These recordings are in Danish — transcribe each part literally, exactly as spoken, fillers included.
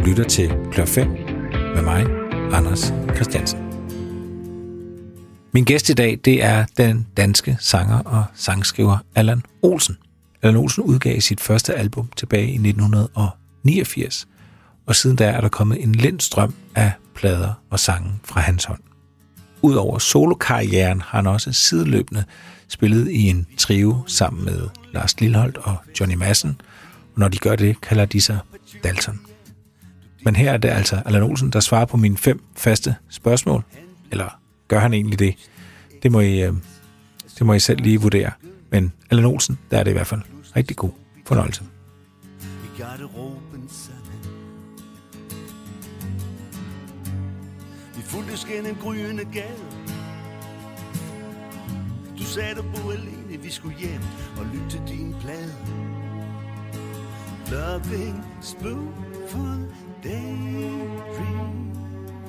lytter til Klør fem med mig, Anders Christiansen. Min gæst i dag, det er den danske sanger og sangskriver Allan Olsen. Allan Olsen udgav sit første album tilbage i nitten niogfirs, og siden da er der kommet en lind strøm af plader og sange fra hans hånd. Udover solokarrieren har han også sideløbende spillet i en trio sammen med Lars Lilholt og Johnny Madsen, og når de gør det, kalder de sig Dalton. Men her er det altså Allan Olsen, der svarer på mine fem faste spørgsmål. Eller gør han egentlig det? Det må I, det må I selv lige vurdere. Men Allan Olsen, der er det i hvert fald rigtig god fornøjelse. I garderoben sammen. Vi fulgtes gennem gryende gade. Du sagde, du boede alene, vi skulle hjem og lytte til din plade. Loving spoonful daydream.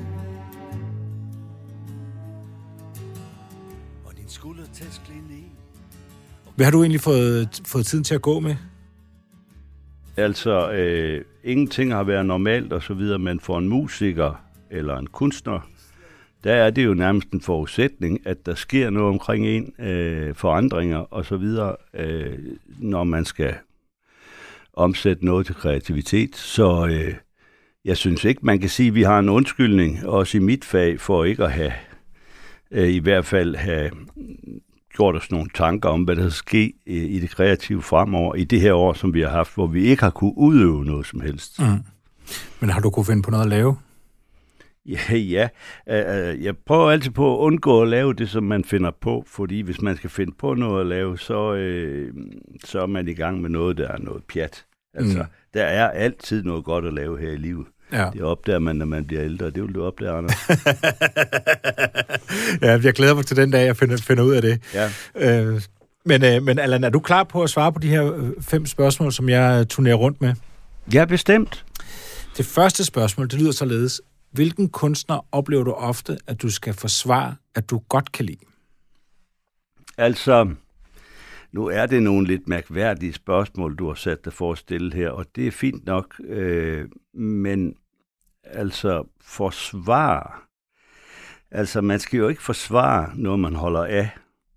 Og din skuldertaske ned. Hvad har du egentlig fået, fået tiden til at gå med? Altså, øh, ingenting har været normalt og så videre, men for en musiker eller en kunstner, der er det jo nærmest en forudsætning, at der sker noget omkring en, øh, forandringer og så videre, øh, når man skal omsætte noget til kreativitet. Så øh, jeg synes ikke, man kan sige, at vi har en undskyldning, også i mit fag, for ikke at have, øh, i hvert fald have gjort os nogle tanker om, hvad der skal ske øh, i det kreative fremover, i det her år, som vi har haft, hvor vi ikke har kunne udøve noget som helst. Mm. Men har du kunne finde på noget at lave? Ja, ja. Uh, jeg prøver altid på at undgå at lave det, som man finder på, fordi hvis man skal finde på noget at lave, så, uh, så er man i gang med noget, der er noget pjat. Altså, mm. der er altid noget godt at lave her i livet. Ja. Det opdager man, når man bliver ældre. Det vil du opdage, Anders. Ja, jeg glæder mig til den dag, jeg finder, finder ud af det. Ja. Uh, men, uh, men Allan, er du klar på at svare på de her fem spørgsmål, som jeg turnerer rundt med? Ja, bestemt. Det første spørgsmål, det lyder således. Hvilken kunstner oplever du ofte, at du skal forsvare, at du godt kan lide? Altså, nu er det nogle lidt mærkværdige spørgsmål, du har sat dig for at stille her, og det er fint nok, øh, men altså forsvare, altså man skal jo ikke forsvare noget, man holder af,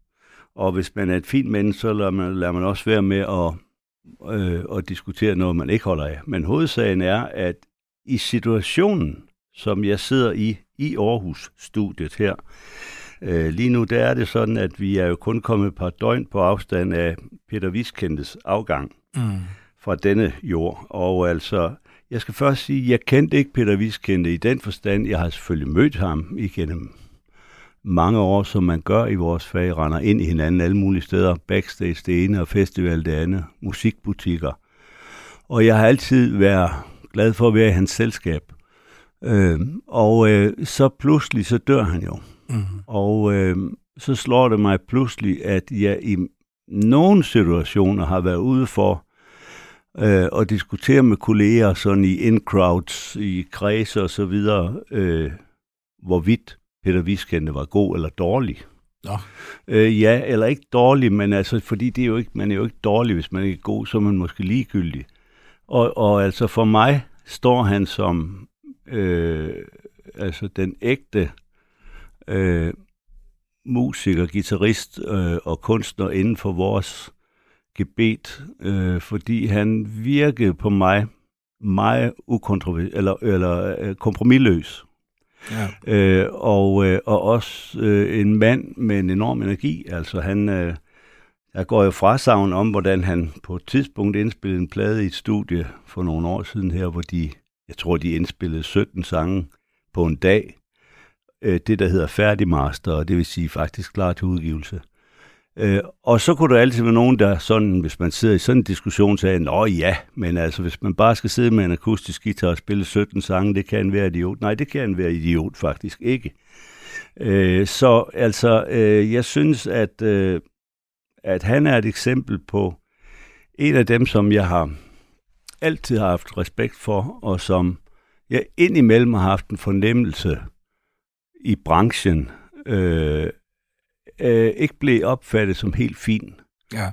og hvis man er et fint menneske, så lader man, lader man også være med at, øh, at diskutere noget, man ikke holder af. Men hovedsagen er, at i situationen, som jeg sidder i, i Aarhus-studiet her. Øh, lige nu der er det sådan, at vi er jo kun kommet et par døgn på afstand af Peter Viskendtes afgang mm. fra denne jord. Og altså, jeg skal først sige, jeg kendte ikke Peter Viskendte i den forstand. Jeg har selvfølgelig mødt ham igennem mange år, som man gør i vores fag, render ind i hinanden alle mulige steder, backstage det ene og festival det andet, musikbutikker. Og jeg har altid været glad for at være i hans selskab. Øh, og øh, så pludselig, så dør han jo. Mm. Og øh, så slår det mig pludselig, at jeg i nogle situationer har været ude for øh, at diskutere med kolleger, sådan i in-crowds, i kredse og så videre, øh, hvorvidt Peter Viskendte var god eller dårlig. Nå. Øh, ja, eller ikke dårlig, men altså, fordi det er jo ikke, man er jo ikke dårlig, hvis man ikke er god, så er man måske ligegyldig. Og, og altså for mig står han som Øh, altså den ægte øh, musiker, guitarist øh, og kunstner inden for vores gebet, øh, fordi han virkede på mig meget ukontroversiel eller, eller øh, kompromisløs. Ja. Øh, og, øh, og også øh, en mand med en enorm energi. Altså han, øh, jeg går jo fra savn om, hvordan han på et tidspunkt indspillede en plade i et studie for nogle år siden her, hvor de Jeg tror, de indspillede sytten sange på en dag. Det, der hedder færdigmaster, og det vil sige faktisk klar til udgivelse. Og så kunne der altid være nogen, der sådan, hvis man sidder i sådan en diskussion, sagde, nå ja, men altså, hvis man bare skal sidde med en akustisk guitar og spille sytten sange, det kan en være idiot. Nej, det kan en være idiot faktisk ikke. Så altså, jeg synes, at, at han er et eksempel på en af dem, som jeg har altid har haft respekt for, og som jeg indimellem har haft en fornemmelse i branchen, øh, øh, ikke blev opfattet som helt fin. Ja.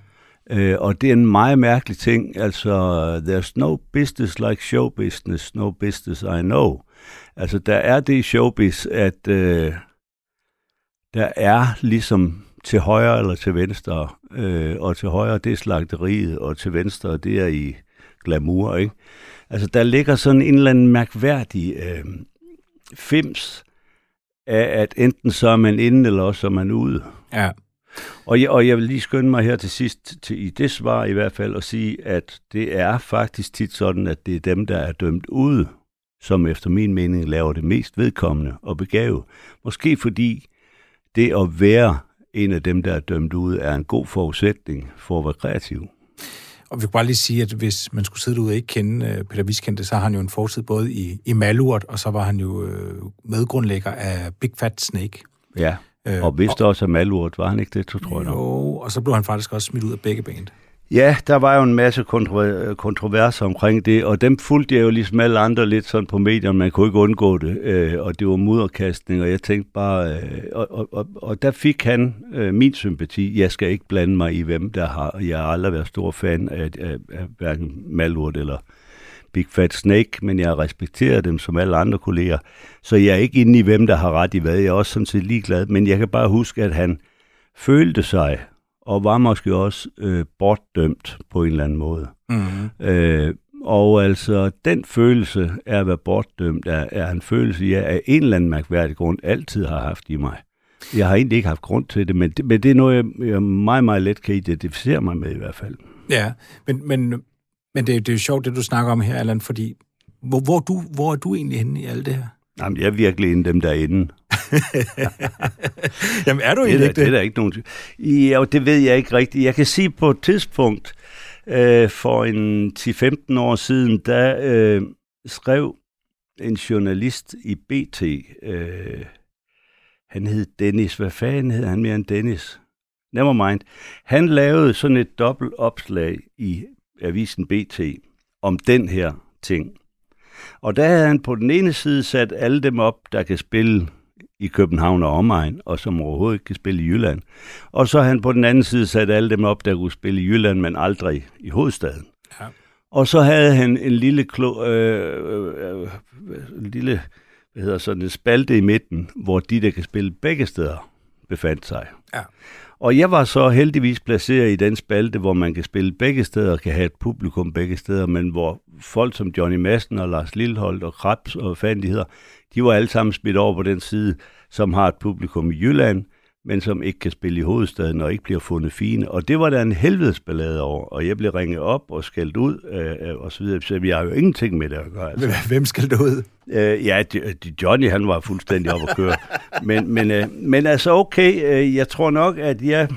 Øh, og det er en meget mærkelig ting. Altså, there's no business like show business, no business I know. Altså, der er det i showbiz, at øh, der er ligesom til højre eller til venstre, øh, og til højre, det er slagteriet, og til venstre, det er i glamour, ikke? Altså, der ligger sådan en eller anden mærkværdig øh, fims af, at enten så er man inde, eller også er man ude. Ja. Og jeg, og jeg vil lige skynde mig her til sidst, til, i det svar i hvert fald, at sige, at det er faktisk tit sådan, at det er dem, der er dømt ude, som efter min mening laver det mest vedkommende og begave. Måske fordi det at være en af dem, der er dømt ude, er en god forudsætning for at være kreativ. Og vi kan bare lige sige, at hvis man skulle sidde derude og ikke kende Peter Viskente, så har han jo en fortid både i, i Malurt, og så var han jo øh, medgrundlægger af Big Fat Snake. Ja, og vidste også af Malurt, var han ikke det, tror jeg nok? Jo, og så blev han faktisk også smidt ud af begge band. Ja, der var jo en masse kontro- kontroverser omkring det, og dem fulgte jeg jo ligesom alle andre lidt sådan på medierne, man kunne ikke undgå det, øh, og det var mudderkastning, og jeg tænkte bare, øh, og, og, og, og der fik han øh, min sympati. Jeg skal ikke blande mig i, hvem der har, jeg har aldrig været stor fan af, af, af hverken Malurt eller Big Fat Snake, men jeg respekterer dem som alle andre kolleger, så jeg er ikke inde i, hvem der har ret i hvad, jeg er også sådan set ligeglad, men jeg kan bare huske, at han følte sig og var måske også øh, bortdømt på en eller anden måde. Mm-hmm. Øh, og altså, den følelse af at være bortdømt, er, er en følelse, jeg af en eller anden mærkværdig grund altid har haft i mig. Jeg har egentlig ikke haft grund til det, men det, men det er noget, jeg, jeg meget, meget let kan identificere mig med i hvert fald. Ja, men, men, men det, det er jo sjovt, det du snakker om her, Allan, fordi hvor, hvor, du, hvor er du egentlig henne i alt det her? Jamen, jeg er virkelig en af dem, der er inde. Jamen, er du egentlig det? ikke det? Det er der ikke nogen... Ja, det ved jeg ikke rigtigt. Jeg kan sige på et tidspunkt, øh, for en ti til femten år siden, der øh, skrev en journalist i B T, øh, han hed Dennis. Hvad fanden hed han mere end Dennis? Never mind. Han lavede sådan et dobbelt opslag i avisen B T om den her ting. Og der havde han på den ene side sat alle dem op, der kan spille i København og omegn, og som overhovedet ikke kan spille i Jylland. Og så har han på den anden side sat alle dem op, der kunne spille i Jylland, men aldrig i hovedstaden. Ja. Og så havde han en lille, klo, øh, øh, øh, lille hvad hedder sådan, en spalte i midten, hvor de, der kan spille begge steder, befandt sig. Ja. Og jeg var så heldigvis placeret i den spalte, hvor man kan spille begge steder og kan have et publikum begge steder, men hvor folk som Johnny Madsen og Lars Lilholt og Krebs og hvad fanden de hedder, de var alle sammen smidt over på den side, som har et publikum i Jylland, men som ikke kan spille i hovedstaden og ikke bliver fundet fine. Og det var der en helvedesballade over, og jeg blev ringet op og skældt ud øh, og så videre. Så vi har jo ingenting med det at gøre. Altså. Hvem skældte ud? Øh, ja, Johnny, han var fuldstændig op at køre. Men, men, øh, men altså okay, øh, jeg tror nok, at jeg...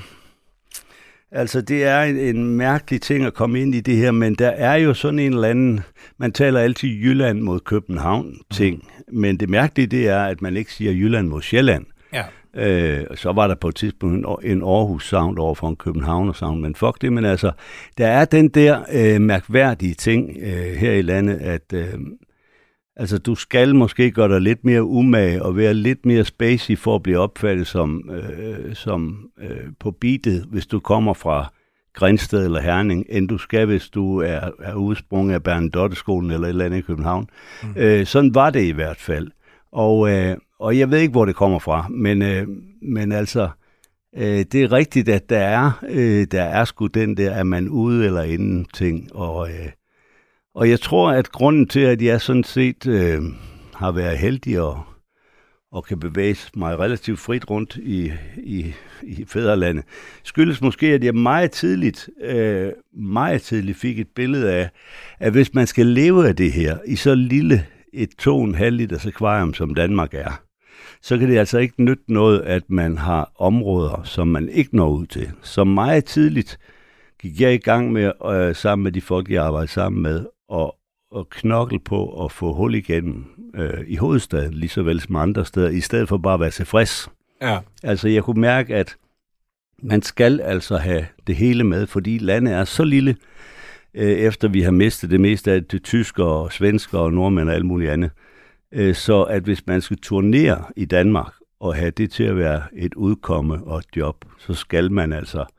Altså, det er en, en mærkelig ting at komme ind i det her, men der er jo sådan en eller anden... Man taler altid Jylland mod København-ting, mm. men det mærkelige, det er, at man ikke siger Jylland mod Sjælland. Ja. Øh, så var der på et tidspunkt en Aarhus-sound over for en Københavner-sound, men fuck det, men altså, der er den der øh, mærkværdige ting øh, her i landet, at øh, altså, du skal måske gøre dig lidt mere umage og være lidt mere spacey for at blive opfattet som, øh, som øh, på beatet, hvis du kommer fra Grindsted eller Herning, end du skal, hvis du er, er udsprunget af Bernadotte-skolen eller et eller andet i København. Mm. Øh, sådan var det i hvert fald. Og, øh, og jeg ved ikke, hvor det kommer fra, men, øh, men altså, øh, det er rigtigt, at der er, øh, der er sgu den der, at man ude eller inden ting. Og, øh, og jeg tror, at grunden til, at jeg sådan set øh, har været heldig og, og kan bevæge mig relativt frit rundt i, i, i fædrelandet, skyldes måske, at jeg meget tidligt, øh, meget tidligt fik et billede af, at hvis man skal leve af det her i så lille et to komma fem liters akvarium, som Danmark er, så kan det altså ikke nytte noget, at man har områder, som man ikke når ud til. Så meget tidligt gik jeg i gang med, øh, sammen med de folk, jeg arbejder sammen med, og, og knokle på at få hul igennem øh, i hovedstaden, lige så vel som andre steder, i stedet for bare at være tilfreds. Ja. Altså, jeg kunne mærke, at man skal altså have det hele med, fordi landet er så lille, øh, efter vi har mistet det meste af det tyskere og svenskere og nordmænd og alt muligt andet. Øh, så at hvis man skal turnere i Danmark og have det til at være et udkomme og et job, så skal man altså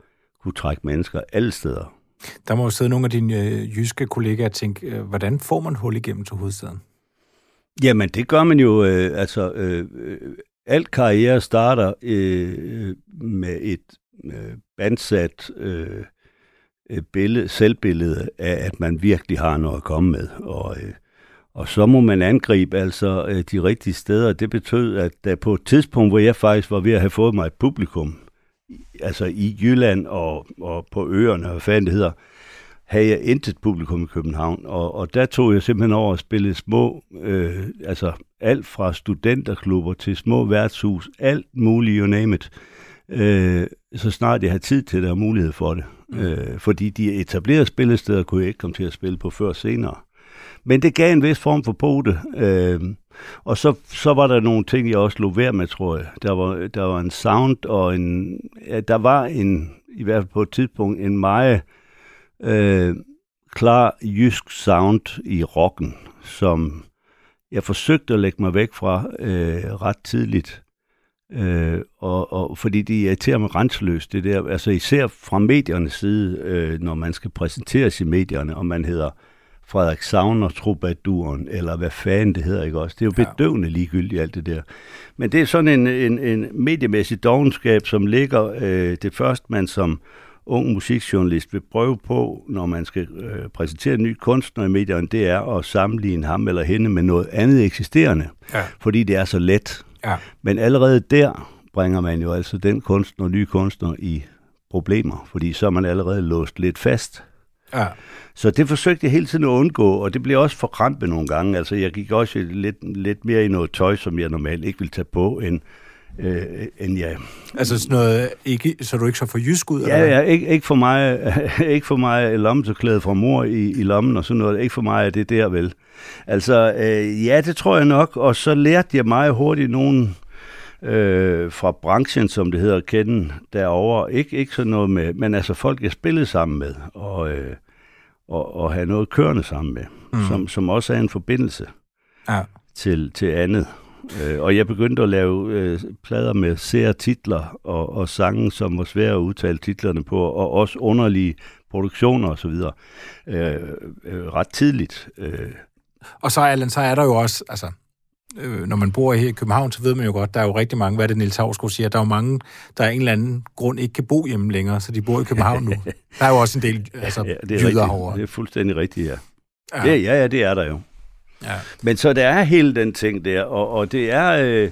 kunne trække mennesker alle steder. Der må jo sidde nogle af dine øh, jyske kollegaer og tænke, øh, hvordan får man hul igennem til hovedstaden? Jamen, det gør man jo, øh, altså, øh, øh, alt karriere starter øh, med et øh, bandsat øh, billede, selvbillede af, at man virkelig har noget at komme med, og, øh, og så må man angribe altså øh, de rigtige steder. Det betød, at der på et tidspunkt, hvor jeg faktisk var ved at have fået mig et publikum, altså i Jylland og, og på øerne, hvad fanden det hedder, havde jeg intet publikum i København, og, og der tog jeg simpelthen over og spillede små, øh, altså alt fra studenterklubber til små værtshus, alt muligt, you name it, øh, så snart jeg havde tid til det og mulighed for det. Mm. Øh, fordi de etablerede spillesteder kunne jeg ikke komme til at spille på før senere. Men det gav en vis form for pote, øh, og så, så var der nogle ting, jeg også lå være med, tror jeg. Der var, der var en sound, og en, ja, der var en, i hvert fald på et tidspunkt, en meget øh, klar jysk sound i rocken, som jeg forsøgte at lægge mig væk fra øh, ret tidligt. Øh, og, og fordi det irriterer mig grænseløst, det der, altså især fra mediernes side, øh, når man skal præsenteres i medierne, og man hedder Frederik Savner, Troubadouren, eller hvad fanden det hedder, ikke også? Det er jo bedøvende ligegyldigt, alt det der. Men det er sådan en, en, en mediemæssig dovenskab, som ligger øh, det første, man som ung musikjournalist vil prøve på, når man skal øh, præsentere en ny kunstner i medierne, det er at sammenligne ham eller hende med noget andet eksisterende, ja. Fordi det er så let. Ja. Men allerede der bringer man jo altså den kunstner, nye kunstner i problemer, fordi så er man allerede låst lidt fast. Ja. Så det forsøgte jeg hele tiden at undgå, og det blev også for krampet nogle gange. Altså jeg gik også lidt, lidt mere i noget tøj, som jeg normalt ikke ville tage på, end, øh, end jeg... Altså sådan noget, ikke, så du ikke så for jysk ud? Ja, ja, ikke, ikke for mig, ikke for mig lommetørklæde fra mor i, i lommen og sådan noget. Ikke for mig er det der vel. Altså, øh, ja, det tror jeg nok, og så lærte jeg meget hurtigt nogen øh, fra branchen, som det hedder, at kende derovre. Ikke, ikke sådan noget med, men altså folk, jeg spillede sammen med, og, øh, og, og have noget kørende sammen med, mm. som, som også er en forbindelse ja. til, til andet. Øh, og jeg begyndte at lave øh, plader med sære titler og, og sange, som var svære at udtale titlerne på, og også underlige produktioner og så videre, øh, øh, ret tidligt. Øh. Og så, Allan, så er der jo også, altså, øh, når man bor her i København, så ved man jo godt, der er jo rigtig mange, hvad det Niels Hausgaard siger, der er jo mange, der af en eller anden grund ikke kan bo hjemme længere, så de bor i København nu. Der er jo også en del altså, ja, det er jyder herovre. Det er fuldstændig rigtigt, ja. Ja. Det, ja, ja, det er der jo. Ja. Men så der er hele den ting der, og, og det er øh,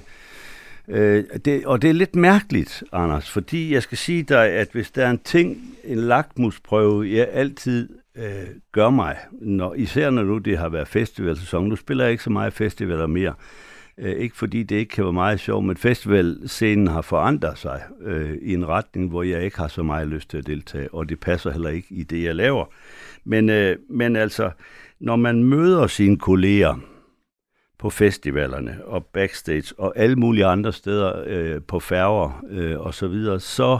øh, det, og det er lidt mærkeligt, Anders, fordi jeg skal sige dig, at hvis der er en ting, en lakmusprøve, jeg altid øh, gør mig, når, især når nu det har været festivalsæson, nu spiller jeg ikke så meget festivaler mere, øh, ikke fordi det ikke kan være meget sjovt, men festivalscenen har forandret sig øh, i en retning, hvor jeg ikke har så meget lyst til at deltage, og det passer heller ikke i det, jeg laver. Men, øh, men altså, når man møder sine kolleger på festivalerne og backstage og alle mulige andre steder øh, på færger øh, og så videre, så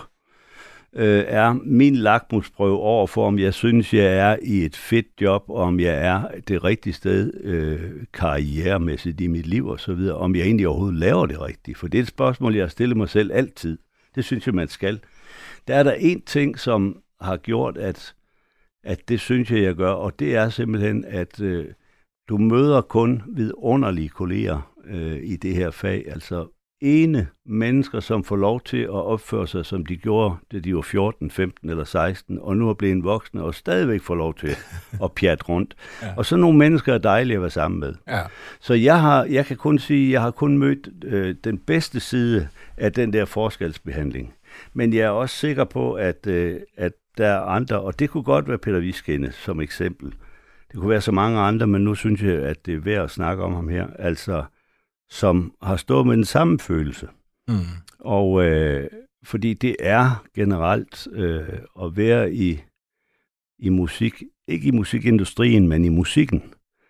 øh, er min lakmusprøve over for, om jeg synes, jeg er i et fedt job, og om jeg er det rigtige sted øh, karrieremæssigt i mit liv og så videre, om jeg egentlig overhovedet laver det rigtigt. For det er et spørgsmål, jeg stiller mig selv altid. Det synes jeg, man skal. Der er der en ting, som har gjort, at at det synes jeg, jeg gør, og det er simpelthen, at øh, du møder kun vidunderlige kolleger øh, i det her fag, altså ene mennesker, som får lov til at opføre sig, som de gjorde, da de var fjorten, femten eller seksten, og nu er blevet voksne, og stadigvæk får lov til at pjatte rundt. Ja. Og så nogle mennesker er dejlige at være sammen med. Ja. Så jeg, har, jeg kan kun sige, at jeg har kun mødt øh, den bedste side af den der forskelsbehandling. Men jeg er også sikker på, at, øh, at der er andre, og det kunne godt være Peter Viskende som eksempel. Det kunne være så mange andre, men nu synes jeg, at det er værd at snakke om ham her, altså som har stået med den samme følelse. Mm. Og øh, fordi det er generelt øh, at være i, i musik, ikke i musikindustrien, men i musikken,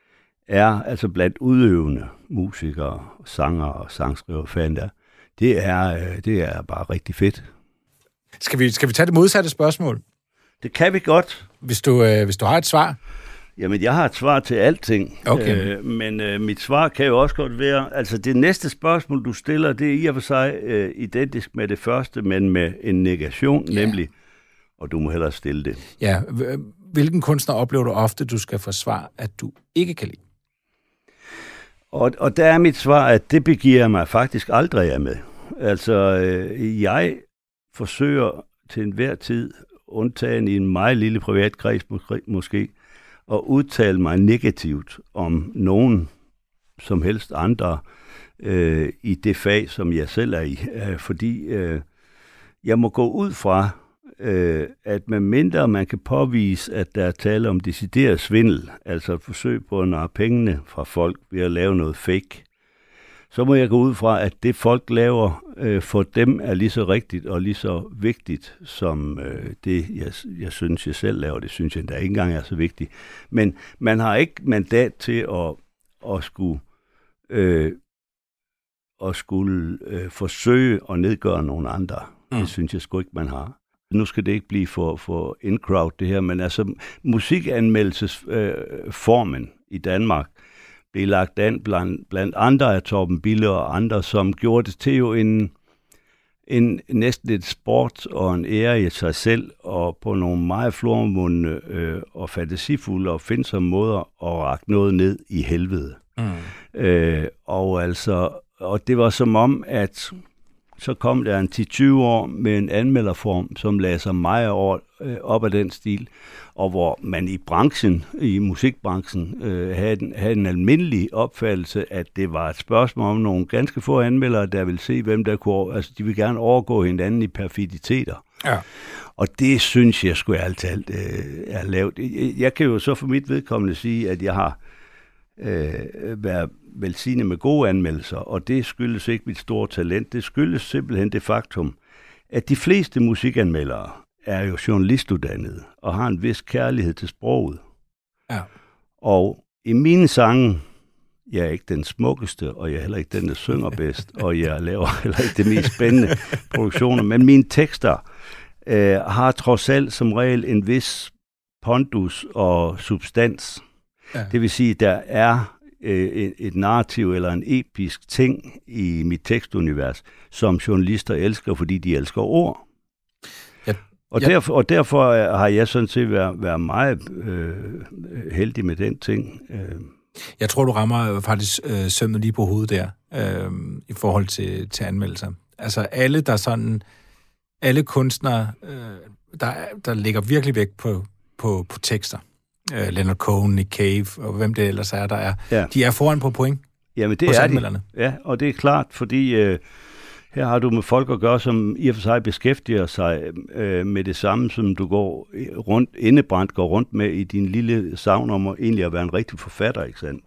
er altså blandt udøvende musikere, sangere og sangskrivere, fan der, det er, øh, det er bare rigtig fedt. Skal vi, skal vi tage det modsatte spørgsmål? Det kan vi godt. Hvis du, øh, hvis du har et svar? Jamen, jeg har et svar til alting. Okay. Øh, men øh, mit svar kan jo også godt være... Altså, det næste spørgsmål, du stiller, det er i og for sig øh, identisk med det første, men med en negation, yeah. nemlig og du må hellere stille det. Ja, hvilken kunstner oplever du ofte, du skal forsvare, at du ikke kan lide? Og, og der er mit svar, at det begiver jeg mig faktisk aldrig af med. Altså, øh, jeg forsøger til enhver tid, undtagen i en meget lille privat kreds måske, at udtale mig negativt om nogen som helst andre øh, i det fag, som jeg selv er i. Øh, fordi øh, jeg må gå ud fra, øh, at med mindre man kan påvise, at der er tale om decideret svindel, altså et forsøg på at narre pengene fra folk ved at lave noget fake, så må jeg gå ud fra, at det folk laver øh, for dem er lige så rigtigt og lige så vigtigt, som øh, det, jeg, jeg synes, jeg selv laver. Det synes jeg, der ikke engang er så vigtigt. Men man har ikke mandat til at, at skulle, øh, at skulle øh, forsøge at nedgøre nogle andre. Mm. Det synes jeg sgu ikke, man har. Nu skal det ikke blive for, for in-crowd det her, men altså musikanmeldelsesformen øh, i Danmark blev lagt an blandt, blandt andre af Torben Bille og andre, som gjorde det til jo en, en næsten et sport og en ære i sig selv, og på nogle meget flormundne øh, og fantasifulde og findsomme måder at række noget ned i helvede. Mm. Øh, og altså, og det var som om, at så kom der en ti til tyve år med en anmelderform, som lagde sig meget over, øh, op af den stil, og hvor man i branchen, i musikbranchen, øh, havde, den, havde en almindelig opfattelse, at det var et spørgsmål om nogle ganske få anmeldere, der ville se, hvem der kunne, altså de vil gerne overgå hinanden i perfiditeter. Ja. Og det synes jeg sgu altid alt, øh, er lavt. Jeg, jeg kan jo så for mit vedkommende sige, at jeg har øh, været velsignet med gode anmeldelser, og det skyldes ikke mit store talent. Det skyldes simpelthen det faktum, at de fleste musikanmeldere er jo journalistuddannede og har en vis kærlighed til sproget. Ja. Og i mine sange, jeg er ikke den smukkeste, og jeg er heller ikke den, der synger bedst, og jeg laver heller ikke det mest spændende produktioner, men mine tekster øh, har trods alt som regel en vis pondus og substans. Ja. Det vil sige, der er et, et narrativ eller en episk ting i mit tekstunivers, som journalister elsker, fordi de elsker ord. Ja. Og, ja. derfor, og derfor har jeg sådan set været, været meget øh, heldig med den ting. Jeg tror, du rammer faktisk øh, sømmet lige på hovedet der, øh, i forhold til, til anmeldelser. Altså alle, der sådan, alle kunstnere, øh, der, der ligger virkelig vægt på, på, på tekster. Uh, Leonard Cohen, Nick Cave, og hvem det ellers er, der er. Ja. De er foran på point. Jamen det er de. Ja, og det er klart, fordi uh, her har du med folk at gøre, som i og for sig beskæftiger sig uh, med det samme, som du går rundt, indebrændt går rundt med i din lille savn om at egentlig at være en rigtig forfatter, ikke sandt?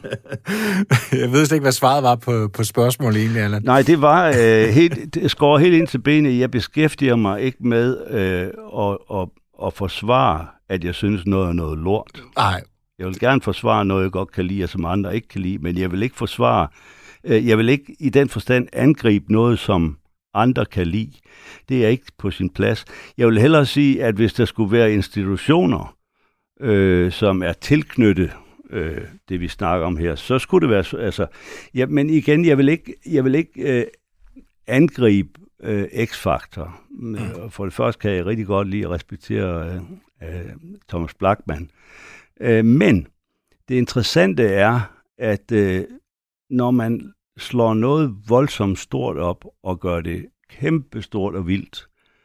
Jeg ved ikke, hvad svaret var på, på spørgsmålet egentlig, Allan. Nej, det var uh, helt, det skår helt ind til benet. Jeg beskæftiger mig ikke med uh, at, at, at forsvare, at jeg synes noget er noget lort. Nej. Jeg vil gerne forsvare noget, jeg godt kan lide, og som andre ikke kan lide, men jeg vil ikke forsvare, øh, jeg vil ikke i den forstand angribe noget, som andre kan lide. Det er ikke på sin plads. Jeg vil hellere sige, at hvis der skulle være institutioner, øh, som er tilknyttet øh, det, vi snakker om her, så skulle det være, altså, ja, men igen, jeg vil ikke, jeg vil ikke øh, angribe øh, X-faktor. Mm. For det første kan jeg rigtig godt lide at respektere øh, Thomas Blachman. Men det interessante er, at når man slår noget voldsomt stort op og gør det kæmpestort og vildt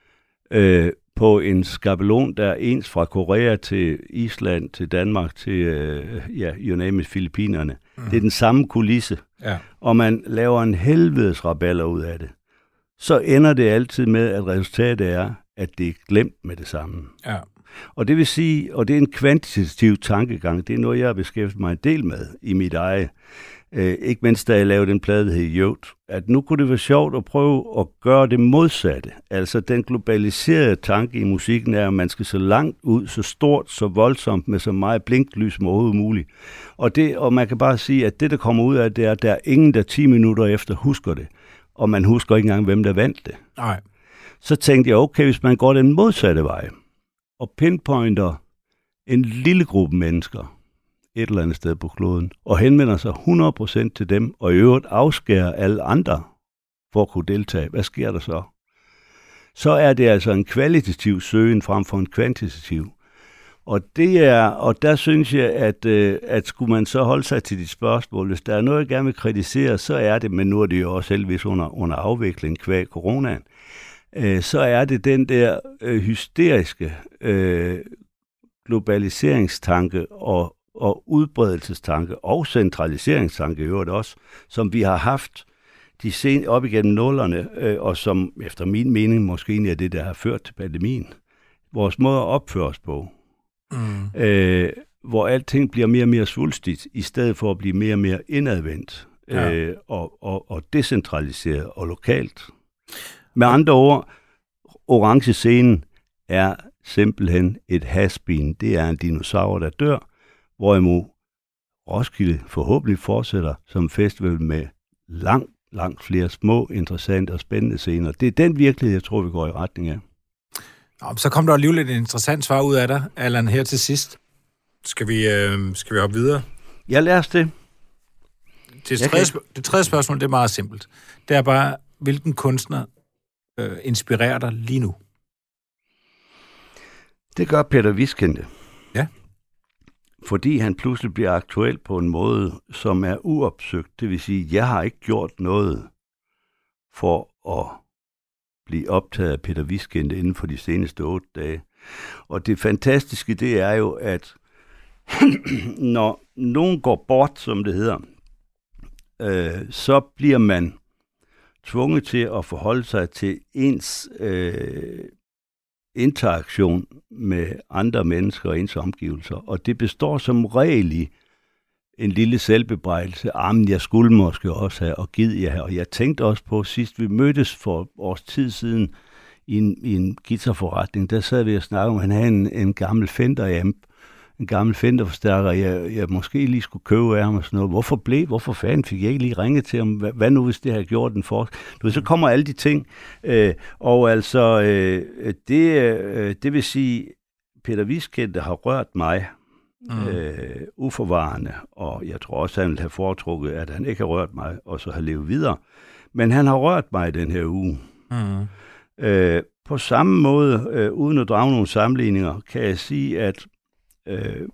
på en skabelon, der er ens fra Korea til Island, til Danmark, til ja, you name it, Filippinerne. Mm. Det er den samme kulisse. Ja. Og man laver en helvedes raballer ud af det. Så ender det altid med, at resultatet er, at det er glemt med det samme. Ja. Og det vil sige, og det er en kvantitativ tankegang, det er noget, jeg har beskæftiget mig en del med i mit eget. Øh, ikke mindst da jeg lavede den plade, der hed Jøvt, at nu kunne det være sjovt at prøve at gøre det modsatte. Altså den globaliserede tanke i musikken er, at man skal så langt ud, så stort, så voldsomt, med så meget blinklys som overhovedet muligt. Og, det, og man kan bare sige, at det, der kommer ud af det, er, at der er ingen, der ti minutter efter husker det. Og man husker ikke engang, hvem der vandt det. Nej. Så tænkte jeg, okay, hvis man går den modsatte vej, og pinpointer en lille gruppe mennesker et eller andet sted på kloden, og henvender sig hundrede procent til dem, og i øvrigt afskærer alle andre for at kunne deltage. Hvad sker der så? så er det altså en kvalitativ søgen frem for en kvantitativ. Og det er, og der synes jeg, at, at skulle man så holde sig til de spørgsmål, hvis der er noget, jeg gerne vil kritisere, så er det, men nu er det jo også heldigvis under, under afvikling kvæg coronaen, øh, så er det den der øh, hysteriske øh, globaliseringstanke og, og udbredelsestanke og centraliseringstanke i øvrigt også, som vi har haft de sen op igennem nullerne, øh, og som efter min mening måske egentlig er det, der har ført til pandemien. Vores måde at opføre os på. Mm. Øh, hvor alting bliver mere og mere svulstigt, i stedet for at blive mere og mere indadvendt, ja. øh, og, og, og decentraliseret og lokalt. Med andre ord, orange scenen er simpelthen et has-been. Det er en dinosaur, der dør, hvorimod Roskilde forhåbentlig fortsætter som festival med langt, langt flere små, interessante og spændende scener. Det er den virkelighed, jeg tror, vi går i retning af. Så kom der alligevel et interessant svar ud af dig, Allan, her til sidst. Skal vi, øh, skal vi hoppe videre? Ja, lad os det. Det tredje, kan... det tredje spørgsmål, det er meget simpelt. Det er bare, hvilken kunstner øh, inspirerer dig lige nu? Det gør Peter Viskende. Ja. Fordi han pludselig bliver aktuel på en måde, som er uopsøgt. Det vil sige, jeg har ikke gjort noget for at blive optaget af Peter Viskende inden for de seneste otte dage. Og det fantastiske, det er jo, at når nogen går bort, som det hedder, øh, så bliver man tvunget til at forholde sig til ens øh, interaktion med andre mennesker og ens omgivelser. Og det består som regel i en lille selvbebrejdelse. Armen, jeg skulle måske også have, og givet jeg have. Og jeg tænkte også på, sidst vi mødtes for et års tid siden i en, i en guitarforretning, der sad vi og snakkede om, at han havde en, en gammel Fender-amp, en gammel Fender-forstærker, jeg, jeg måske lige skulle købe af ham og sådan noget. Hvorfor blev, hvorfor fanden fik jeg ikke lige ringet til ham? Hvad, hvad nu, hvis det havde gjort en for? Du ved, så kommer alle de ting. Øh, og altså, øh, det, øh, det vil sige, Peter Viskende har rørt mig, Mm. Øh, uforvarende, og jeg tror også, han ville have foretrukket, at han ikke har rørt mig, og så har levet videre. Men han har rørt mig den her uge. Mm. Øh, på samme måde, øh, uden at drage nogle sammenligninger, kan jeg sige, at øh,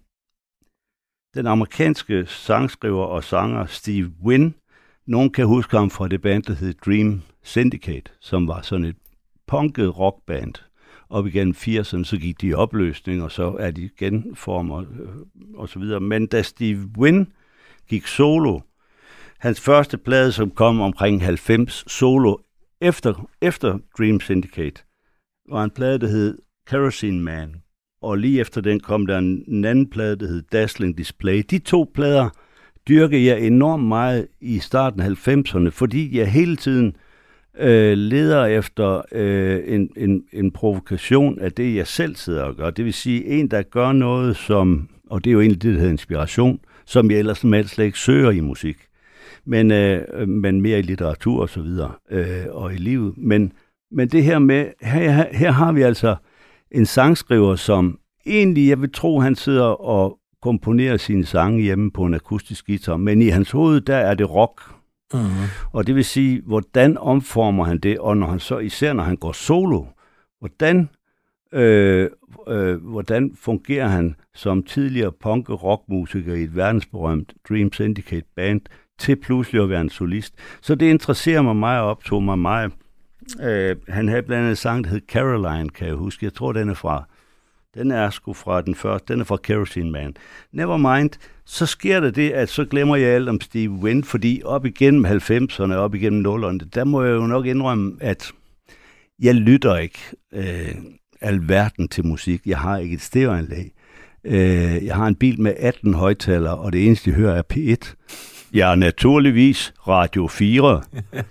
den amerikanske sangskriver og sanger Steve Wynn, nogen kan huske ham fra det band, der hed Dream Syndicate, som var sådan et punket rockband. Op igennem firserne, så gik de i opløsning, og så er de genformer øh, og så videre. Men da Steve Wynn gik solo, hans første plade, som kom omkring halvfems solo, efter, efter Dream Syndicate, var en plade, der hed Kerosene Man. Og lige efter den kom der en, en anden plade, der hed Dazzling Display. De to plader dyrkede jeg enormt meget i starten af halvfemserne, fordi jeg hele tiden Øh, leder efter øh, en, en, en provokation af det, jeg selv sidder og gør. Det vil sige, en, der gør noget, som, og det er jo egentlig det, der hedder inspiration, som jeg ellers slet ikke søger i musik, men, øh, men mere i litteratur og så videre, øh, og i livet. Men, men det her med, her, her har vi altså en sangskriver, som egentlig, jeg vil tro, han sidder og komponerer sine sange hjemme på en akustisk guitar, men i hans hoved, der er det rock. Mm-hmm. Og det vil sige, hvordan omformer han det, og når han så, især når han går solo, hvordan, øh, øh, hvordan fungerer han som tidligere punk-rockmusiker i et verdensberømt Dream Syndicate band, til pludselig at være en solist. Så det interesserer mig meget og optog mig meget. Øh, han havde blandt andet en sang, der hed Caroline, kan jeg huske. Jeg tror, den er fra Den er sgu fra den første. Den er fra Kerosene Man. Nevermind. Så sker der det, at så glemmer jeg alt om Steve Wynn, fordi op igennem halvfemserne, op igennem nullerne, der må jeg jo nok indrømme, at jeg lytter ikke øh, alverden til musik. Jeg har ikke et stereoanlæg. Øh, jeg har en bil med atten højttalere, og det eneste, jeg hører, er P et. Jeg er naturligvis Radio fire.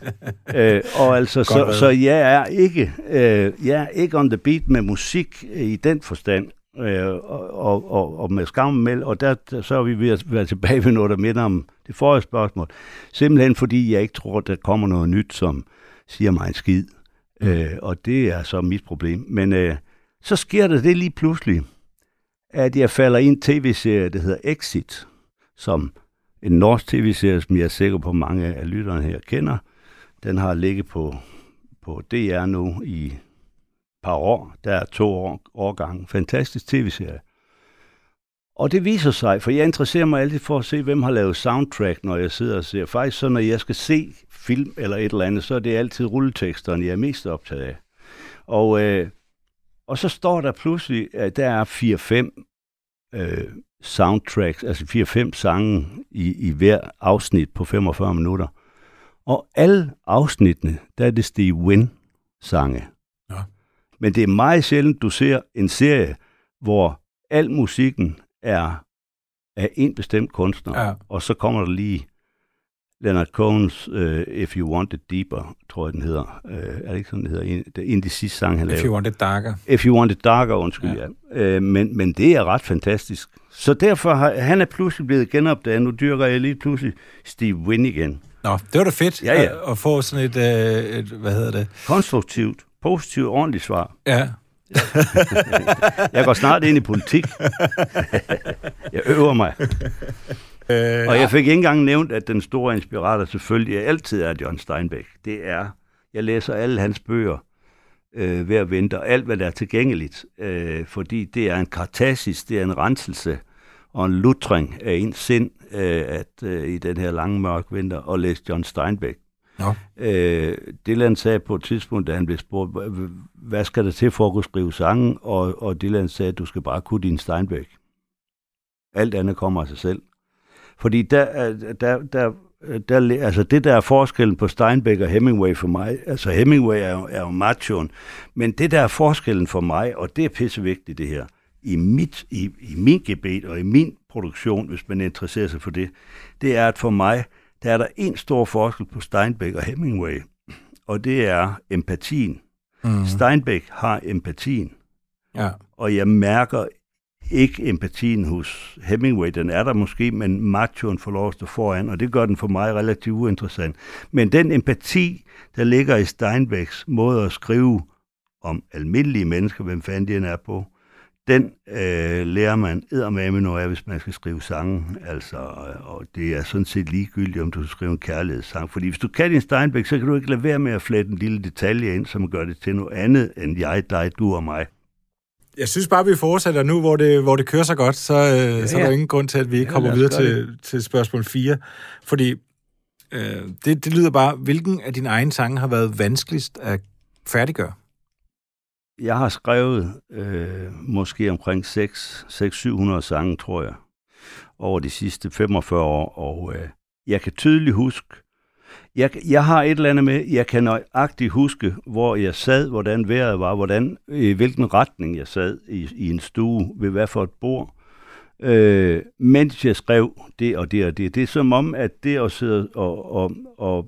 øh, og altså, så, så jeg er ikke, øh, jeg er ikke on the beat med musik i den forstand, øh, og, og, og, og med skammel, og der, der så er vi ved at være tilbage ved noget, der minder om det forrige spørgsmål. Simpelthen fordi jeg ikke tror, der kommer noget nyt, som siger mig en skid. Mm. Øh, og det er så mit problem. Men øh, så sker der det lige pludselig, at jeg falder i en tv-serie, der hedder Exit, som en norsk tv-serie, som jeg er sikker på, mange af lytterne her kender. Den har ligget på, på D R nu i par år. Der er to år, årgange. Fantastisk tv-serie. Og det viser sig, for jeg interesserer mig altid for at se, hvem har lavet soundtrack, når jeg sidder og ser. Faktisk så, når jeg skal se film eller et eller andet, så er det altid rulleteksterne, jeg er mest optaget af. Og, øh, og så står der pludselig, at der er fire fem øh, soundtracks, altså fire fem sange i, i hver afsnit på femogfyrre minutter. Og alle afsnittene, der er det Steve Wynn-sange. Ja. Men det er meget sjældent, du ser en serie, hvor al musikken er af en bestemt kunstner, ja. Og så kommer der lige Leonard Cohen's uh, If You Want It Deeper, tror jeg, den hedder. Uh, er det ikke sådan, den hedder? En, en af de sidste sange, han lavede. If You Want It Darker. If You Want It Darker, undskyld, ja. ja. Uh, men, men det er ret fantastisk. Så derfor har han er pludselig blevet genopdaget. Nu dyrker jeg lige pludselig Steve Wynn igen. Nå, det var da fedt ja, ja. At, at få sådan et, uh, et, hvad hedder det? Konstruktivt, positivt, ordentligt svar. Ja. Jeg går snart ind i politik. Jeg øver mig. Øh, og jeg fik ikke engang nævnt, at den store inspirator selvfølgelig altid er John Steinbeck. Det er, jeg læser alle hans bøger øh, hver vinter, alt hvad der er tilgængeligt, øh, fordi det er en katarsis, det er en renselse og en lutring af ens sind, øh, at øh, i den her lange mørke vinter, at læse John Steinbeck. No. Øh, Dylan sagde på et tidspunkt, da han blev spurgt, hvad skal der til for at kunne skrive sange? Og, og Dylan sagde, at du skal bare kunne din Steinbeck. Alt andet kommer af sig selv. Fordi der, der, der, der, altså det der er forskellen på Steinbeck og Hemingway for mig, altså Hemingway er jo, er jo machoen, men det der er forskellen for mig, og det er pissevigtigt det her, i, mit, i, i min gebet og i min produktion, hvis man interesserer sig for det, det er, at for mig, der er der en stor forskel på Steinbeck og Hemingway, og det er empatien. Mm. Steinbeck har empatien, ja. Og jeg mærker ikke empatien hos Hemingway. Den er der måske, men machoen får lov at stå foran, og det gør den for mig relativt uinteressant. Men den empati, der ligger i Steinbecks måde at skrive om almindelige mennesker, hvem fanden de er på, den øh, lærer man eddermame noget af, hvis man skal skrive sange. Altså, og det er sådan set ligegyldigt, om du skal skrive en kærlighedssang. Fordi hvis du kan din Steinbeck, så kan du ikke lade være med at flette en lille detalje ind, som gør det til noget andet end jeg, dig, du og mig. Jeg synes bare, vi fortsætter nu, hvor det, hvor det kører så godt, så, ja, så er der ingen grund til, at vi ikke ja, kommer videre til, til spørgsmål fire. Fordi øh, det, det lyder bare, hvilken af dine egne sange har været vanskeligst at færdiggøre? Jeg har skrevet øh, måske omkring seks til syv hundrede sange, tror jeg, over de sidste femogfyrre år, og øh, jeg kan tydeligt huske, jeg, jeg har et eller andet med, jeg kan nøjagtigt huske, hvor jeg sad, hvordan vejret var, hvordan, i hvilken retning jeg sad i, i en stue, ved hvad for et bord, øh, mens jeg skrev det og det og det. Det er som om, at det at sidde og, og, og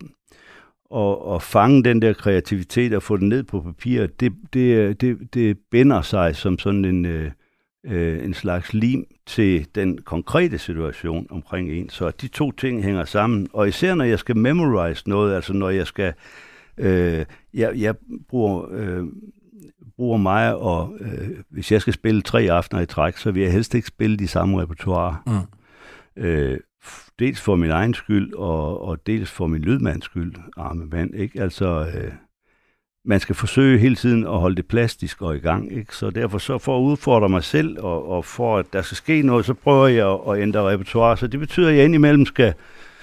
Og, og fange den der kreativitet og få den ned på papir, det, det, det, det binder sig som sådan en, øh, en slags lim til den konkrete situation omkring en. Så de to ting hænger sammen. Og især når jeg skal memorize noget, altså når jeg skal... Øh, jeg, jeg bruger, øh, bruger mig, og øh, hvis jeg skal spille tre aftener i træk, så vil jeg helst ikke spille de samme repertoire. Mm. Øh, Dels for min egen skyld, og, og dels for min lydmands skyld, arme mand, ikke? Altså, øh, man skal forsøge hele tiden at holde det plastisk og i gang, ikke? Så derfor, så for at udfordre mig selv, og, og for at der skal ske noget, så prøver jeg at, at ændre repertoire. Så det betyder, at jeg indimellem skal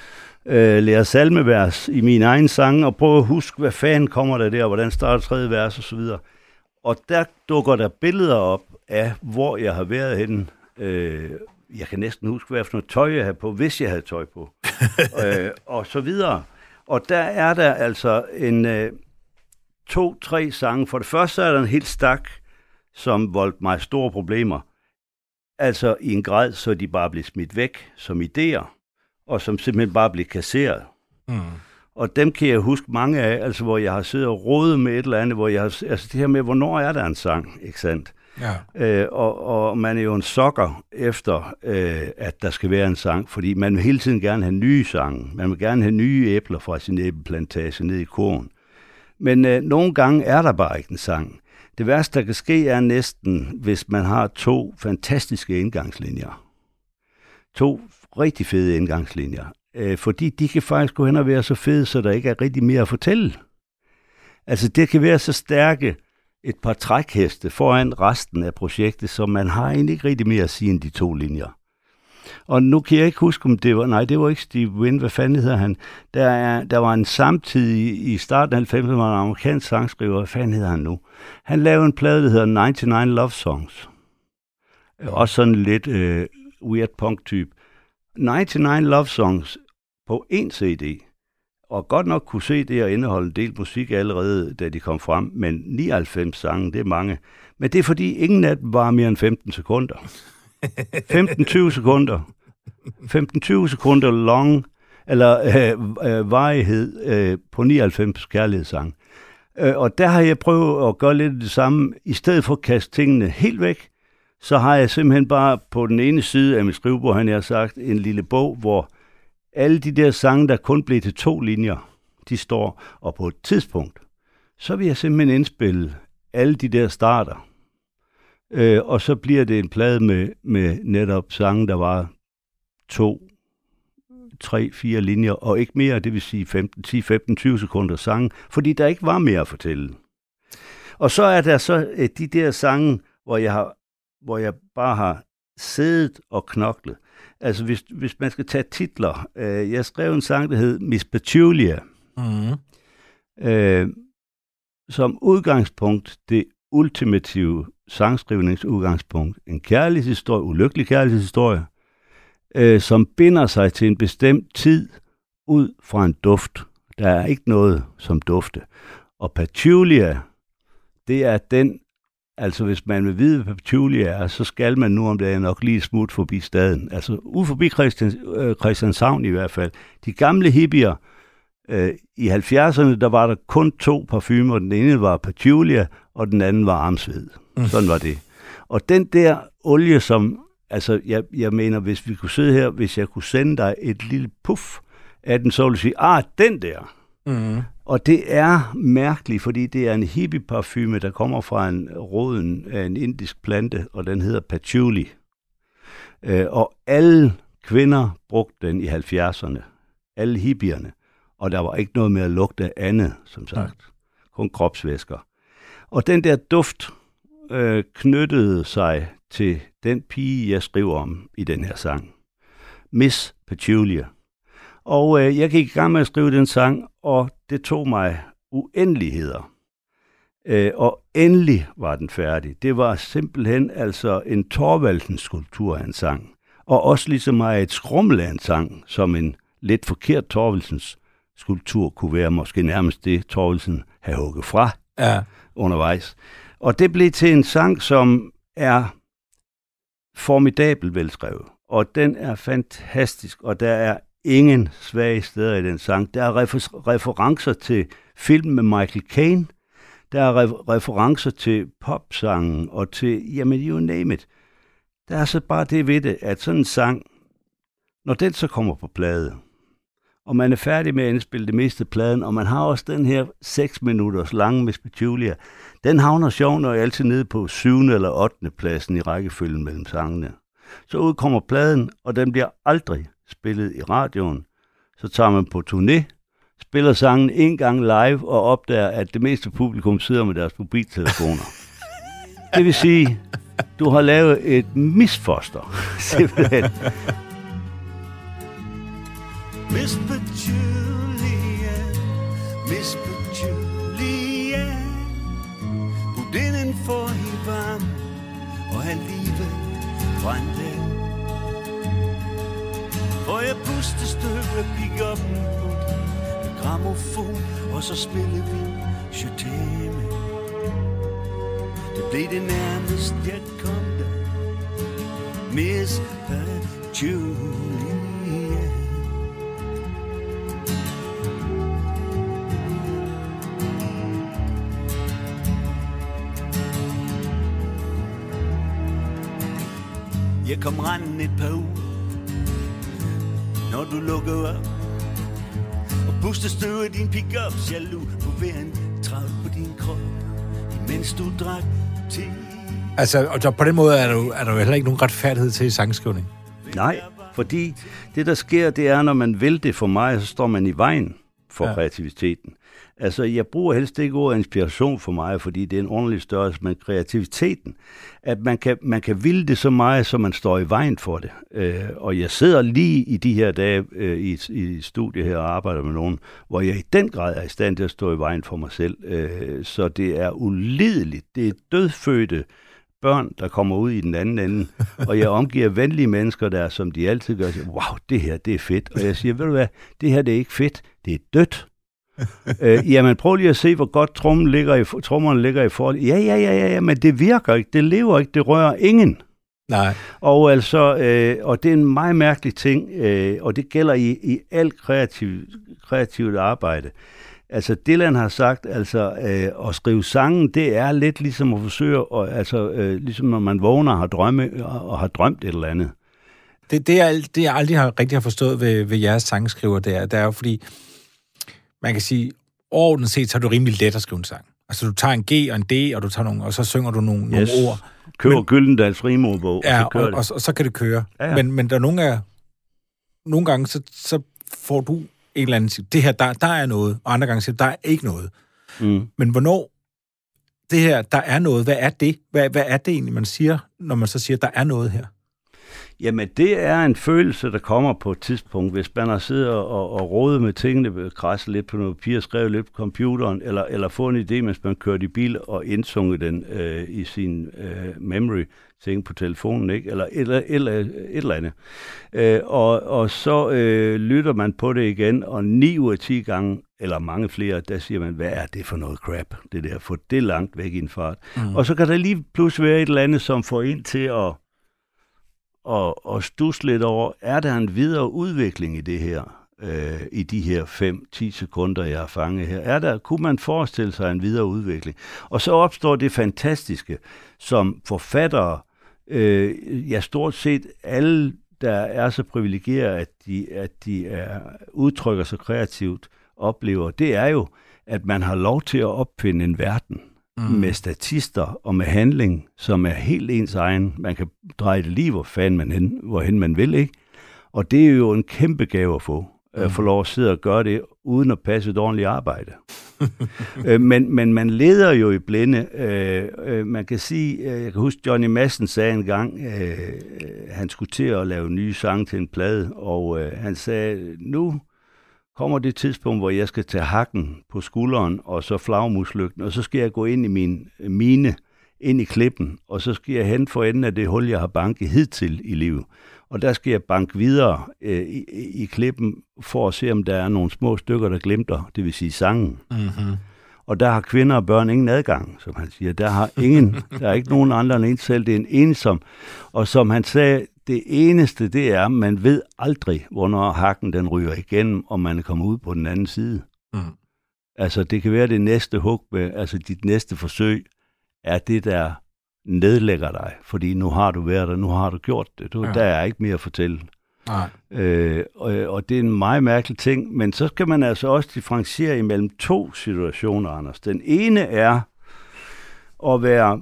øh, lære salmevers i min egen sang, og prøve at huske, hvad fanden kommer der der, og hvordan starter tredje vers, og så videre. Og der dukker der billeder op af, hvor jeg har været henne, øh, jeg kan næsten huske, hvad for noget tøj jeg havde på, hvis jeg havde tøj på, øh, og så videre. Og der er der altså en øh, to-tre sange. For det første så er der en helt stak, som voldte mig store problemer. Altså i en grad, så de bare blev smidt væk som idéer, og som simpelthen bare blev kasseret. Mm. Og dem kan jeg huske mange af, altså hvor jeg har siddet og rodet med et eller andet, hvor jeg har, altså det her med, hvornår er der en sang, ikke sandt? Ja. Øh, og, og man er jo en sokker efter, øh, at der skal være en sang, fordi man vil hele tiden gerne have nye sange. Man vil gerne have nye æbler fra sin æbleplantage ned i kurven. Men øh, nogle gange er der bare ikke en sang. Det værste, der kan ske, er næsten, hvis man har to fantastiske indgangslinjer. To rigtig fede indgangslinjer. Øh, fordi de kan faktisk gå hen og være så fede, så der ikke er rigtig mere at fortælle. Altså, det kan være så stærke et par trækheste foran resten af projektet, så man har egentlig ikke rigtig mere at sige end de to linjer. Og nu kan jeg ikke huske, om det var... Nej, det var ikke Steve Wynn. Hvad fanden hedder han? Der, er, der var en samtidig i starten af halvfemserne, var en amerikansk sangskriver. Hvad fanden hedder han nu? Han lavede en plade, der hedder nioghalvfems Love Songs. Også sådan lidt øh, weird punk-type. nioghalvfems Love Songs på en C D. Og godt nok kunne se det og indeholde en del musik allerede, da de kom frem. Men nioghalvfems sange, det er mange. Men det er fordi, ingen af dem var mere end femten sekunder. femten til tyve sekunder. femten til tyve sekunder long, eller øh, øh, varighed øh, på nioghalvfems kærlighedssang. Øh, og der har jeg prøvet at gøre lidt det samme. I stedet for at kaste tingene helt væk, så har jeg simpelthen bare på den ene side af mit skrivebord, han har sagt, en lille bog, hvor alle de der sange, der kun blev til to linjer, de står. Og på et tidspunkt, så vil jeg simpelthen indspille alle de der starter. Øh, og så bliver det en plade med, med netop sange, der var to, tre, fire linjer, og ikke mere, det vil sige femten, ti, femten, tyve sekunder sange, fordi der ikke var mere at fortælle. Og så er der så øh, de der sange, hvor jeg, har, hvor jeg bare har siddet og knoklet. Altså hvis, hvis man skal tage titler. Øh, jeg skrev en sang, der hed Miss Petulia. Mm. Øh, som udgangspunkt, det ultimative sangskrivningsudgangspunkt. En kærlighedshistorie, ulykkelig kærlighedshistorie, øh, som binder sig til en bestemt tid ud fra en duft. Der er ikke noget som dufte. Og Petulia, det er den, altså hvis man vil vide, hvad Petulia er, så skal man nu om det er nok lige smut forbi staden. Altså ud forbi Christians, øh, Christianshavn i hvert fald. De gamle hippier, øh, i halvfjerdserne, der var der kun to parfumer. Den ene var Petulia, og den anden var armsved. Mm. Sådan var det. Og den der olie, som, altså jeg, jeg mener, hvis vi kunne sidde her, hvis jeg kunne sende dig et lille puff af den, så ville du sige, ah, den der. Mm. Og det er mærkeligt, fordi det er en hippie-parfume, der kommer fra en roden af en indisk plante, og den hedder patchouli. Øh, og alle kvinder brugte den i halvfjerdserne. Alle hippierne. Og der var ikke noget med at lugte af andet, som sagt. Mm. Kun kropsvæsker. Og den der duft øh, knyttede sig til den pige, jeg skriver om i den her sang. Miss Petulia. Og øh, jeg gik i gang med at skrive den sang, og det tog mig uendeligheder. Øh, og endelig var den færdig. Det var simpelthen altså en Thorvaldsens skulptur af en sang. Og også ligesom mig et skrummel af en sang, som en lidt forkert Thorvaldsens skulptur kunne være måske nærmest det, Thorvaldsen havde hugget fra ja. undervejs. Og det blev til en sang, som er formidabel velskrevet. Og den er fantastisk, og der er ingen svage steder i den sang. Der er refer- referencer til film med Michael Caine. Der er re- referencer til popsangen og til, jamen, you name it. Der er så bare det ved det, at sådan en sang, når den så kommer på plade, og man er færdig med at indspille det meste af pladen, og man har også den her seks minutters lange Miss Petulia, den havner sjovt nok altid nede på syvende eller ottende pladsen i rækkefølgen mellem sangene. Så udkommer pladen, og den bliver aldrig spillet i radioen. Så tager man på turné, spiller sangen en gang live og opdager, at det meste publikum sidder med deres mobiltelefoner. Det vil sige, du har lavet et misfoster. Simpelthen. Miss Petulia, Miss Petulia, budinden for hende varm og have livet fra en dag. Og jeg pustestøv af pick-up'en med grammofon, og så spillede vi Je t'aime. Det blev det nærmest, jeg kom der. Miss Petulia. Jeg kom rendende et par uger, når du lukkede op, og pustede støv af din pick-up, jaloux på hver en træt på din krop, imens du drak te. Altså, og på den måde er der jo, er der jo heller ikke nogen retfærdighed til sangskrivning. Nej, fordi det der sker, det er, når man vil det for mig, så står man i vejen. for ja. kreativiteten. Altså, jeg bruger helst ikke ordet inspiration for mig, fordi det er en ordentlig størrelse, men kreativiteten, at man kan, man kan ville det så meget, så man står i vejen for det. Øh, og jeg sidder lige i de her dage øh, i, i studiet her og arbejder med nogen, hvor jeg i den grad er i stand til at stå i vejen for mig selv. Øh, så det er ulideligt. Det er dødfødte børn, der kommer ud i den anden ende, og jeg omgiver venlige mennesker der, som de altid gør, siger, wow, det her, det er fedt. Og jeg siger, ved du hvad, det her, det er ikke fedt, det er dødt. øh, jamen, prøv lige at se, hvor godt trommen ligger i, trommerne ligger i forhold. Ja, ja, ja, ja, ja, men det virker ikke, det lever ikke, det rører ingen. Nej. Og altså, øh, og det er en meget mærkelig ting, øh, og det gælder i, i alt kreativ, kreativt arbejde. Altså, Dylan har sagt, altså, øh, at skrive sangen, det er lidt ligesom at forsøge, og, altså, øh, ligesom når man vågner og har, drømme, og, og har drømt et eller andet. Det, det, er, det jeg aldrig har rigtig har forstået ved, ved jeres sangskriver, det er, det er jo fordi, man kan sige, overordnet set, så er det rimelig let at skrive en sang. Altså, du tager en G og en D, og, du tager nogle, og så synger du nogle, yes. nogle ord. Køber Gyldendals rimordbog, ja, og så kører og, det. Og, og, og så kan det køre. Ja, ja. Men, men der er nogle af, nogle gange, så, så får du en eller anden, det her, der, der er noget, og andre gange siger, der er ikke noget. Mm. Men hvornår det her, der er noget, hvad er det? Hvad, hvad er det egentlig, man siger, når man så siger, der er noget her? Jamen, det er en følelse, der kommer på et tidspunkt, hvis man har siddet og, og rodet med tingene, kradset lidt på noget papir, skrevet lidt på computeren, eller, eller få en idé, mens man kørte i bil og indsunget den øh, i sin øh, memory, ting på telefonen, ikke? Eller et eller, eller, et eller andet. Øh, og, og så øh, lytter man på det igen, og ni ud af ti gange, eller mange flere, der siger man, hvad er det for noget crap, det der, få det langt væk i en fart. Mm. Og så kan der lige pludselig være et eller andet, som får en til at Og, og stus lidt over, er der en videre udvikling i det her, øh, i de her fem til ti sekunder, jeg har fanget her? Er der, kunne man forestille sig en videre udvikling? Og så opstår det fantastiske, som forfattere, øh, ja stort set alle, der er så privilegerede, at de, at de er, udtrykker sig kreativt, oplever, det er jo, at man har lov til at opfinde en verden, Mm. med statister og med handling, som er helt ens egen. Man kan dreje det lige, hvor fanden man hen, hvorhen man vil, ikke? Og det er jo en kæmpe gave at få, mm. at få lov at sidde og gøre det, uden at passe et ordentligt arbejde. øh, men, men man leder jo i blinde. Øh, øh, man kan sige, øh, jeg kan huske, Johnny Madsen sagde engang, øh, han skulle til at lave nye sange til en plade, og øh, han sagde, nu kommer det tidspunkt, hvor jeg skal tage hakken på skulderen, og så flagmuslygten, og så skal jeg gå ind i min mine, ind i klippen, og så skal jeg hen for enden af det hul, jeg har banket hidtil i livet. Og der skal jeg banke videre øh, i, i klippen, for at se, om der er nogle små stykker, der glimter, det vil sige sangen. Mm-hmm. Og der har kvinder og børn ingen adgang, som han siger. Der har ingen, der er ikke nogen andre end en selv, det er en ensom. Og som han sagde, det eneste, det er, man ved aldrig, hvornår hakken den ryger igennem, og man kommer ud på den anden side. Mm. Altså, det kan være det næste hug, med, altså dit næste forsøg, er det, der nedlægger dig. Fordi nu har du været der, nu har du gjort det. Du, ja. Der er ikke mere at fortælle. Nej. Øh, og, og det er en meget mærkelig ting, men så skal man altså også differentiere imellem to situationer, Anders. Den ene er at være...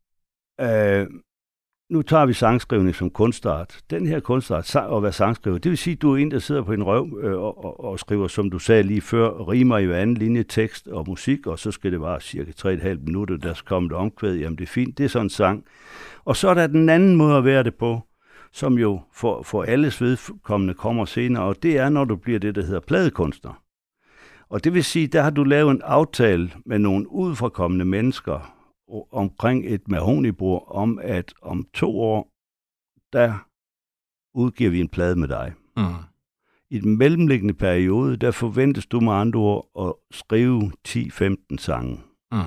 Øh, Nu tager vi sangskrivning som kunstart. Den her kunstart, at være sangskriver, det vil sige, at du er en, der sidder på en røv øh, og, og, og skriver, som du sagde lige før, rimer i hver anden linje, tekst og musik, og så skal det være cirka tre komma fem minutter, der skal komme et omkvæd. Jamen, det er fint, det er sådan en sang. Og så er der den anden måde at være det på, som jo for, for alles vedkommende kommer senere, og det er, når du bliver det, der hedder pladekunstner. Og det vil sige, der har du lavet en aftale med nogle udefrakommende mennesker, omkring et mahognibord, om at om to år, der udgiver vi en plade med dig. Mm. I den mellemliggende periode, der forventes du med andre ord at skrive ti til femten sange. Mm.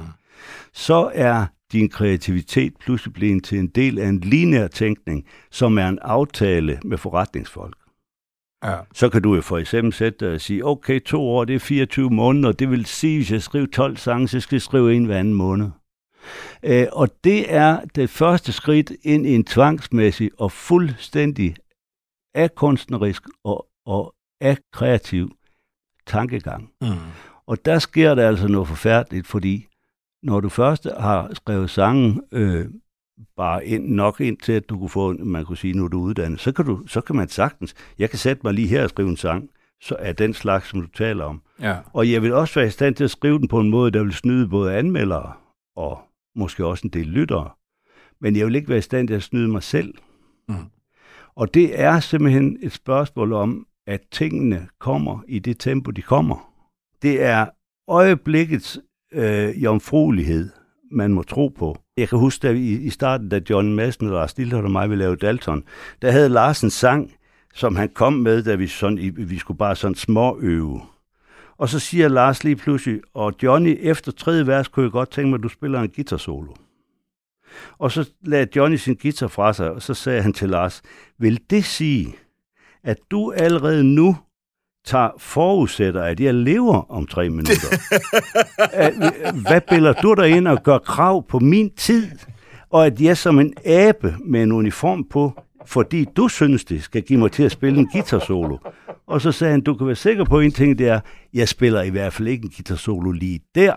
Så er din kreativitet pludselig blevet til en del af en lineær tænkning, som er en aftale med forretningsfolk. Ja. Så kan du jo for eksempel sætte dig og sige, okay, to år, det er fireogtyve måneder, det vil sige, hvis jeg skriver tolv sange, så skal jeg skrive en hver anden måned. Øh, og det er det første skridt ind i en tvangsmæssig og fuldstændig akunstnerisk og, og akreativ tankegang. Mm. Og der sker der altså noget forfærdeligt, fordi når du først har skrevet sangen øh, bare ind, nok ind til, at du kunne få, man kunne sige, nu er du uddannet, så kan, du, så kan man sagtens, jeg kan sætte mig lige her og skrive en sang, så er den slags, som du taler om. Ja. Og jeg vil også være i stand til at skrive den på en måde, der vil snyde både anmeldere og måske også en del lyttere. Men jeg vil ikke være i stand til at snyde mig selv. Mm. Og det er simpelthen et spørgsmål om, at tingene kommer i det tempo, de kommer. Det er øjeblikkets øh, jomfruelighed, man må tro på. Jeg kan huske, at i, i starten, da John Madsen og Lars Lilholt og mig ville lave Dalton, der havde Lars en sang, som han kom med, da vi, sådan, vi skulle bare sådan småøve. Og så siger Lars lige pludselig, og Johnny, efter tredje vers kunne jeg godt tænke mig, at du spiller en guitarsolo. Og så lagde Johnny sin guitar fra sig, og så sagde han til Lars, vil det sige, at du allerede nu tager forudsætter, at jeg lever om tre minutter? Hvad billeder du der ind og gør krav på min tid? Og at jeg som en abe med en uniform på, fordi du synes, det skal give mig til at spille en guitarsolo. Og så sagde han, du kan være sikker på en ting, det er, jeg spiller i hvert fald ikke en guitarsolo lige der.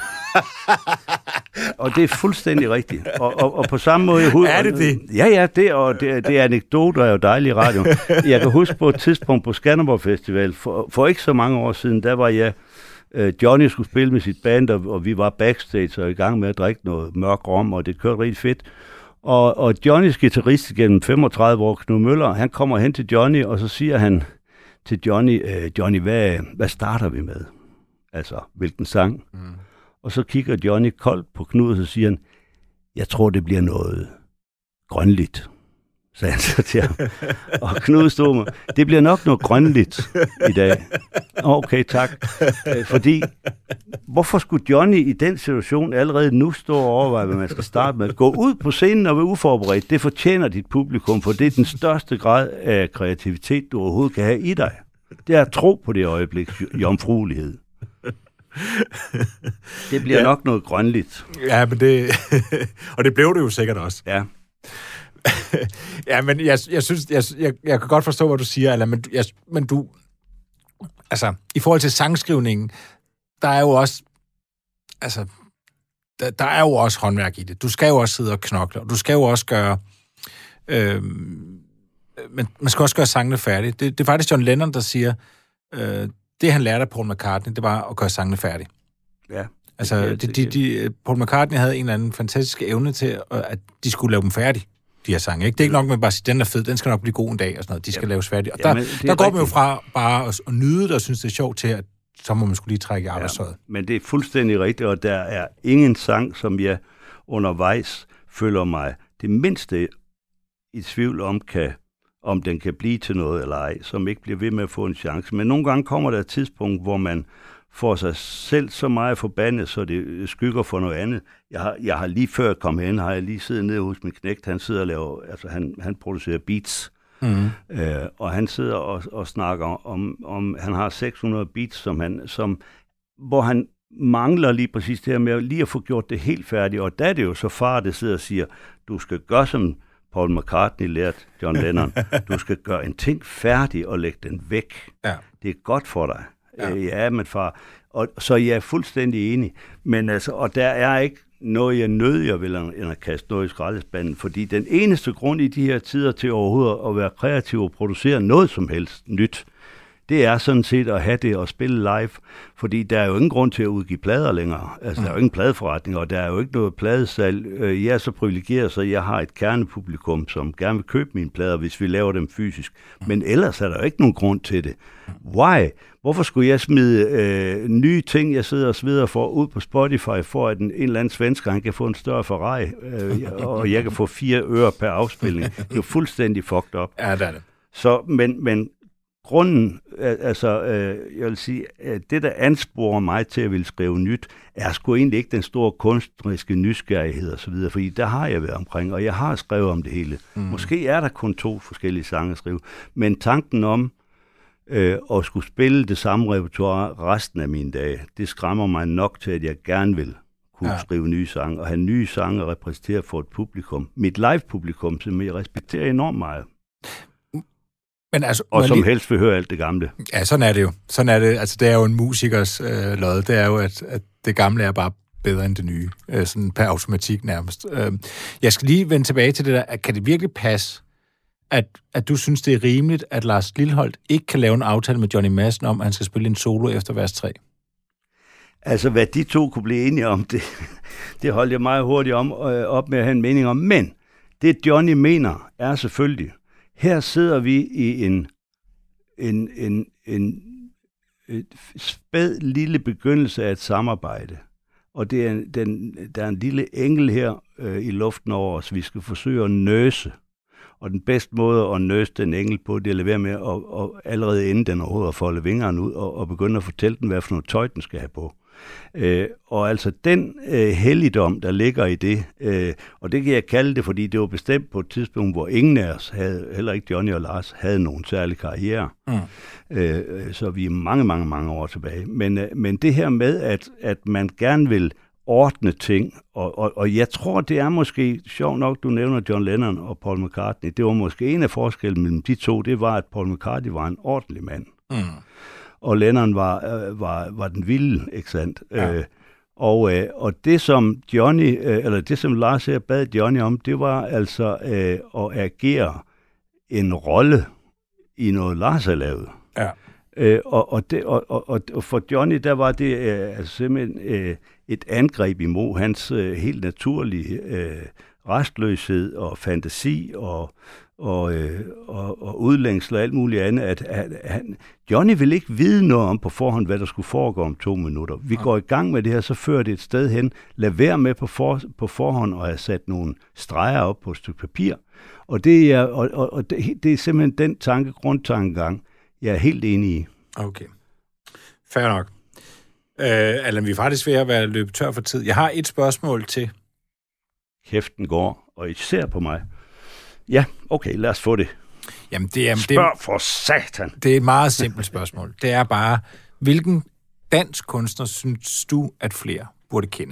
Og det er fuldstændig rigtigt. Og, og, og på samme måde... Jeg husker, er det det? Ja, ja, det, og det, det er anekdoter, er jo dejlige radio. Jeg kan huske på et tidspunkt på Skanderborg Festival, for, for ikke så mange år siden, der var jeg... Uh, Johnny skulle spille med sit band, og, og vi var backstage og i gang med at drikke noget mørk rom, og det kørte rigtig fedt. Og, og Johnnys guitarist gennem femogtredive år, Knud Møller, han kommer hen til Johnny, og så siger han til Johnny, uh, Johnny, hvad, hvad starter vi med? Altså, hvilken sang? Mm. Og så kigger Johnny koldt på Knud, og så siger han, jeg tror, det bliver noget grønligt, sagde han så til ham. Og Knud stod med, det bliver nok noget grønligt i dag. Okay, tak. Fordi, hvorfor skulle Johnny i den situation allerede nu stå og overveje, hvad man skal starte med? Gå ud på scenen og være uforberedt. Det fortjener dit publikum, for det er den største grad af kreativitet, du overhovedet kan have i dig. Det er at tro på det øjeblik, jomfruelighed. Det bliver ja. nok noget grønligt. Ja, men det... og det blev det jo sikkert også. Ja. Ja, men jeg, jeg synes... Jeg, jeg, jeg kan godt forstå, hvad du siger, Allan, men, jeg, men du... Altså, i forhold til sangskrivningen, der er jo også... Altså, der, der er jo også håndværk i det. Du skal jo også sidde og knokle, og du skal jo også gøre... Øh, men man skal også gøre sangene færdige. Det, det er faktisk John Lennon, der siger... Øh, det, han lærte af Paul McCartney, det var at gøre sangene færdige. Ja. Altså, de, de, de, Paul McCartney havde en eller anden fantastisk evne til, at de skulle lave dem færdige, de her sange. Ikke? Det er ikke nok med bare at sige, den er fed, den skal nok blive god en dag, og sådan noget. De skal ja. laves færdige. Og der, ja, der går man jo fra bare at, at nyde det, og synes, det er sjovt til, at så må man skulle lige trække i arbejdstøjet. Ja, men det er fuldstændig rigtigt, og der er ingen sang, som jeg undervejs føler mig det mindste i tvivl om, kan om den kan blive til noget eller ej, som ikke bliver ved med at få en chance. Men nogle gange kommer der et tidspunkt, hvor man får sig selv så meget forbandet, så det skygger for noget andet. Jeg har, jeg har lige før jeg kom hen, har jeg lige siddet nede hos min knægt, han sidder og laver, altså han, han producerer beats, mm. øh, og han sidder og, og snakker om, om, han har seks hundrede beats, som han, som, hvor han mangler lige præcis det her med lige at få gjort det helt færdigt, og der er det jo så far, der sidder og siger, du skal gøre som Paul McCartney lærte John Lennon. Du skal gøre en ting færdig og lægge den væk. Ja. Det er godt for dig. Ja, ja men far. Og, så jeg er fuldstændig enig. Men altså, og der er ikke noget, jeg nødiger vil end at kaste noget i skraldespanden, fordi den eneste grund i de her tider til overhovedet at være kreativ og producere noget som helst nyt, det er sådan set at have det og spille live, fordi der er jo ingen grund til at udgive plader længere. Altså, mm. der er jo ingen pladeforretning, og der er jo ikke noget pladesalg. Jeg er så privilegeret, så jeg har et kernepublikum, som gerne vil købe mine plader, hvis vi laver dem fysisk. Men ellers er der jo ikke nogen grund til det. Why? Hvorfor skulle jeg smide øh, nye ting, jeg sidder og sveder for, ud på Spotify, for at en, en eller anden svensker, han kan få en større Ferrari, øh, og jeg kan få fire øre per afspilning. Det er jo fuldstændig fucked up. Ja, det er det. Så, men... men grunden, altså, øh, jeg vil sige, at det, der ansporer mig til at ville skrive nyt, er sgu egentlig ikke den store kunstneriske nysgerrighed og så videre, fordi der har jeg været omkring, og jeg har skrevet om det hele. Mm. Måske er der kun to forskellige sange at skrive, men tanken om øh, at skulle spille det samme repertoire resten af mine dage, det skræmmer mig nok til, at jeg gerne vil kunne ja. skrive nye sange, og have nye sange og repræsentere for et publikum. Mit live-publikum, som jeg respekterer enormt meget. Men altså, og som lige... helst vil høre alt det gamle. Ja, sådan er det jo. Sådan er det. Altså, det er jo en musikers øh, lod. Det er jo, at, at det gamle er bare bedre end det nye. Øh, sådan per automatik nærmest. Øh, jeg skal lige vende tilbage til det der. Kan det virkelig passe, at, at du synes, det er rimeligt, at Lars Lilholt ikke kan lave en aftale med Johnny Madsen om, at han skal spille en solo efter vers tre? Altså, hvad de to kunne blive enige om, det, det holdt jeg meget hurtigt om, øh, op med at have en mening om. Men det Johnny mener, er selvfølgelig, her sidder vi i en, en, en, en et spæd lille begyndelse af et samarbejde. Og det er, den, der er en lille engel her øh, i luften over os, vi skal forsøge at nøse. Og den bedste måde at nøse den engel på, det er at lade være med at og allerede inden den overhovedet at folde vingerne ud og, og begynde at fortælle den, hvad for noget tøj den skal have på. Øh, og altså den øh, helligdom, der ligger i det, øh, og det kan jeg kalde det, fordi det var bestemt på et tidspunkt, hvor ingen af os, havde, heller ikke Johnny og Lars, havde nogen særlig karriere. Mm. Øh, så vi er mange, mange, mange år tilbage. Men, øh, men det her med, at, at man gerne vil ordne ting, og, og, og jeg tror, det er måske, sjovt nok, du nævner John Lennon og Paul McCartney, det var måske en af forskellene mellem de to, det var, at Paul McCartney var en ordentlig mand. Mm. Og Lennon var, øh, var, var den vilde, ikke sandt? Ja. Øh, og, øh, og det, som Johnny, øh, eller det, som Lars her bad Johnny om, det var altså øh, at agere en rolle i noget, Lars havde lavet. Ja. Øh, og, og, det, og, og, og for Johnny, der var det øh, altså simpelthen øh, et angreb imod hans øh, helt naturlige øh, restløshed og fantasi og og, øh, og, og udlængsel og alt muligt andet, at, at, at han, Johnny ville ikke vide noget om på forhånd, hvad der skulle foregå om to minutter. Vi ja. går i gang med det her, så fører det et sted hen. Lad være med på, for, på forhånd og have sat nogle streger op på et stykke papir. Og det er, og, og, og det, det er simpelthen den tanke, grundtankegang, jeg er helt enig i. Okay. Fair nok. Øh, Allan, vi er faktisk ved at være løbet tør for tid. Jeg har et spørgsmål til. Kæften går, og især på mig. Ja, okay, lad os få det. Jamen, det er, Spørg det, for satan. Det er et meget simpelt spørgsmål. Det er bare, hvilken dansk kunstner synes du, at flere burde kende?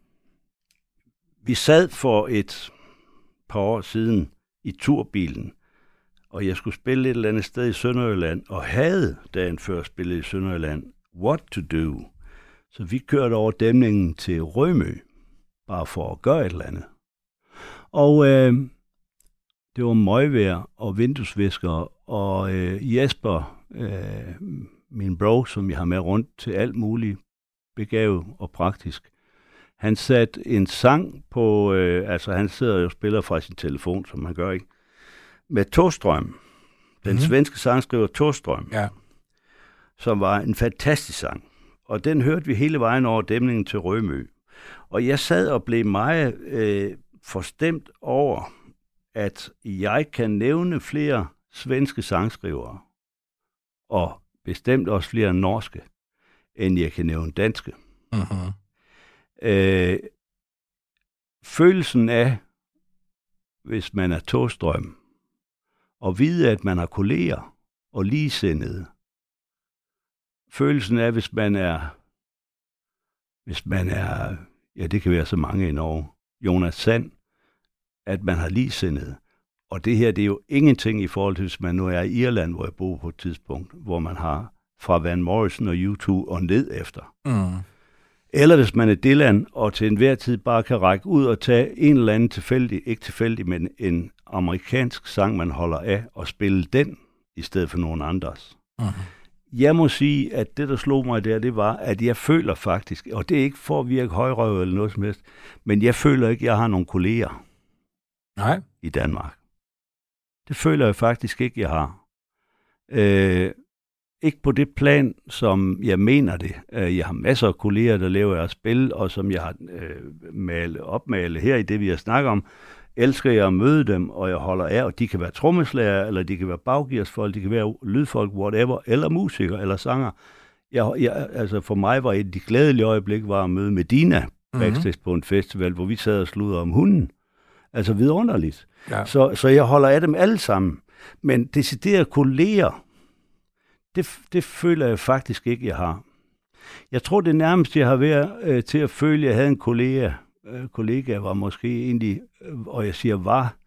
Vi sad for et par år siden i turbilen, og jeg skulle spille et eller andet sted i Sønderjylland, og havde dagen før spillet i Sønderjylland What to Do. Så vi kørte over dæmningen til Rømø, bare for at gøre et eller andet. Og øh, det var møgvejr og vinduesvisker, og øh, Jesper, øh, min bro, som jeg har med rundt til alt muligt begavet og praktisk, han satte en sang på, øh, altså han sidder og spiller fra sin telefon, som man gør, ikke? Med Thåström, den mm-hmm. svenske sangskriver Thåström, ja. Som var en fantastisk sang. Og den hørte vi hele vejen over dæmningen til Rømø. Og jeg sad og blev meget øh, forstemt over, at jeg kan nævne flere svenske sangskrivere, og bestemt også flere norske, end jeg kan nævne danske. Mm-hmm. Øh, følelsen af, hvis man er Thåström, og vide, at man har kolleger og ligesindede. Følelsen af, hvis man er, hvis man er, ja, det kan være så mange i Norge, Jonas Sand, at man har ligesindede. Og det her, det er jo ingenting i forhold til, hvis man nu er i Irland, hvor jeg bor på et tidspunkt, hvor man har fra Van Morrison og U to og ned efter. Mm. Eller hvis man er Dylan, og til enhver tid bare kan række ud og tage en eller anden tilfældig, ikke tilfældig, men en amerikansk sang, man holder af, og spille den, i stedet for nogen andres. Uh-huh. Jeg må sige, at det, der slog mig der, det var, at jeg føler faktisk, og det er ikke for at virke højrøv eller noget som helst, men jeg føler ikke, at jeg har nogen kolleger. Nej. I Danmark. Det føler jeg faktisk ikke, jeg har. Øh, Ikke på det plan, som jeg mener det. Jeg har masser af kolleger, der laver jeg spil, og som jeg har øh, malet, opmalet her i det, vi har snakket om. Elsker jeg at møde dem, og jeg holder af, og de kan være trommeslager, eller de kan være baggearsfolk, de kan være lydfolk, whatever, eller musikere, eller sanger. Jeg, jeg, altså for mig var et af de glædelige øjeblik var at møde Medina backstage mm-hmm. på en festival, hvor vi sad og sludrede om hunden. Altså vidunderligt. Ja. Så, så jeg holder af dem alle sammen. Men deciderede kolleger, Det, det føler jeg faktisk ikke, jeg har. Jeg tror, det nærmeste, jeg har været øh, til at føle, at jeg havde en kollega. Øh, kollega var måske egentlig, øh, og jeg siger var,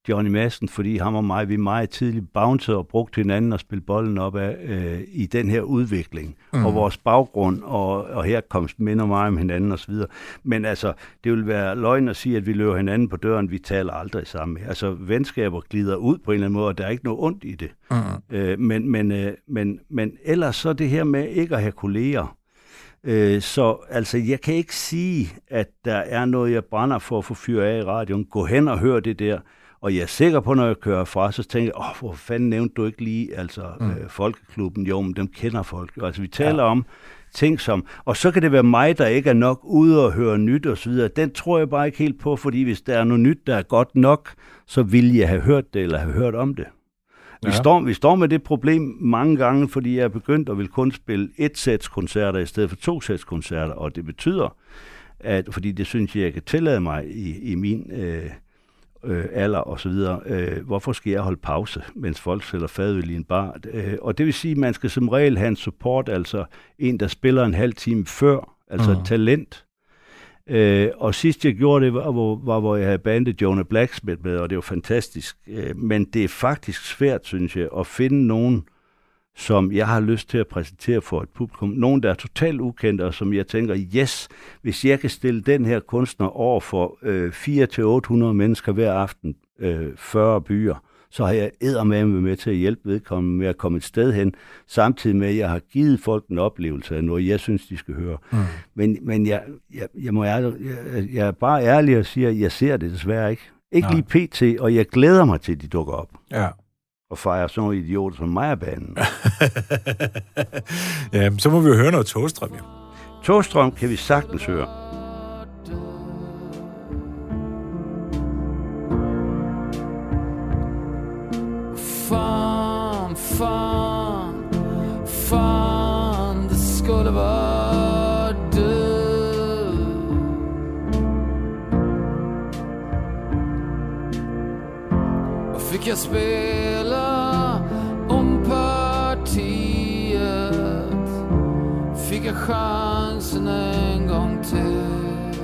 Johnny Madsen, fordi ham og mig, vi er meget tidligt bouncede og brugte hinanden og spille bolden op af øh, i den her udvikling. Mm. Og vores baggrund, og, og herkomst minder meget om hinanden osv. Men altså, det vil være løgn at sige, at vi løber hinanden på døren, vi taler aldrig sammen. Altså, venskaber glider ud på en eller anden måde, og der er ikke noget ondt i det. Mm. Øh, men, men, øh, men, men ellers så det her med ikke at have kolleger. Øh, så altså, jeg kan ikke sige, at der er noget, jeg brænder for at få fyret af i radioen. Gå hen og hør det der. Og jeg er sikker på, når jeg kører fra, så tænker jeg, åh, hvor fanden nævnte du ikke lige, altså, mm. øh, Folkeklubben, jo, men dem kender folk. Altså, vi taler ja. om ting som, og så kan det være mig, der ikke er nok ude og høre nyt og så videre. Den tror jeg bare ikke helt på, fordi hvis der er noget nyt, der er godt nok, så vil jeg have hørt det, eller have hørt om det. Ja. Vi, står, vi står med det problem mange gange, fordi jeg er begyndt at vil kun spille et sæts koncerter i stedet for to sæts koncerter, og det betyder, at, fordi det synes jeg, jeg kan tillade mig i, i min øh, øh, alder og så videre, øh, hvorfor skal jeg holde pause, mens folk sælger fadøl i en bar? Øh, og det vil sige, at man skal som regel have en support, altså en, der spiller en halv time før, altså mm. et talent. Øh, og sidst jeg gjorde det, var hvor, var, hvor jeg havde bandet Jonah Blacksmith med, og det var fantastisk. Øh, men det er faktisk svært, synes jeg, at finde nogen, som jeg har lyst til at præsentere for et publikum. Nogen, der er totalt ukendte, og som jeg tænker, yes, hvis jeg kan stille den her kunstner over for øh, fire til otte hundrede mennesker hver aften, øh, fyrre byer, så har jeg eddermame med til at hjælpe vedkommende med at komme et sted hen, samtidig med, at jeg har givet folk en oplevelse af noget, jeg synes, de skal høre. Mm. Men, men jeg, jeg, jeg, må ærlig, jeg, jeg er bare ærlig og siger, at jeg ser det desværre ikke. Ikke Nej. lige pt, og jeg glæder mig til, at de dukker op. Ja. Og fejrer sådan nogle idioter som mig af banen. Ja, så må vi jo høre noget Togstrøm, jo. Togstrøm kan vi sagtens høre. Fan, fan, fan, det skulle være du. Og fik jeg spela om partiet, fick jag chansen en gång till.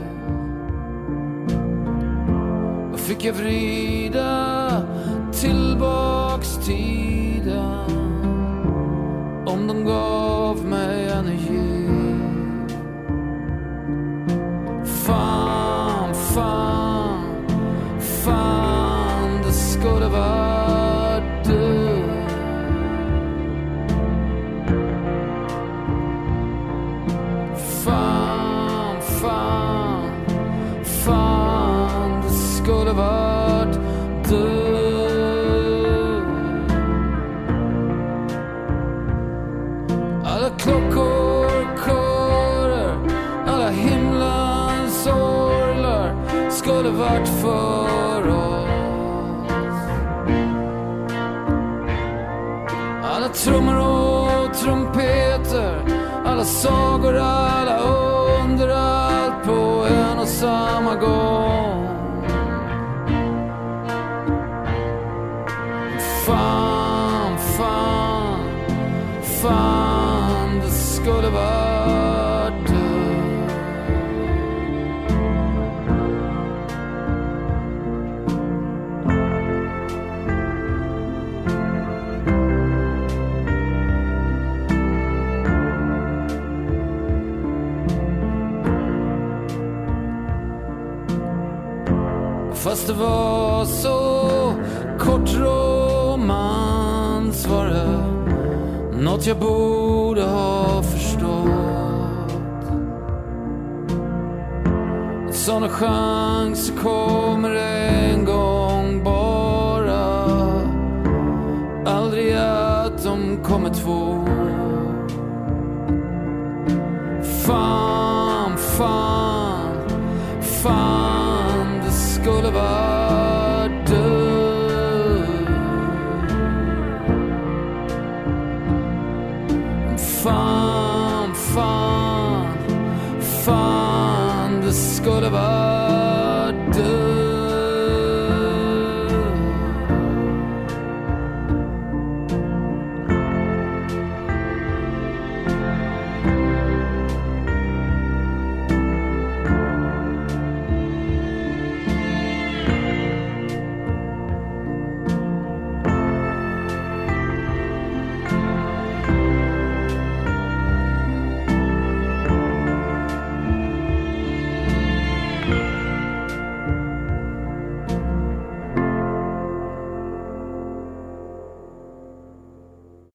Och fick jag vrida tillbaks tiden, om de gav mig energi. Fan, fan, fan, det skulle vara du. Fan, fan, fan, det skulle vara du. Alla klockor körer, alla himlens orlar skulle varit för oss. Alla trummor och trumpeter, alla sagor, alla under, allt på en och samma gång. Fan, fan, fan, det skulle vara du. Fast det var så kort romans var det något jag borde ha förstått. Såna chanser kommer en gång bara, aldrig att de kommer två. Fan, fan, fan, det skulle vara du. Fan, fan, fan, det skulle vara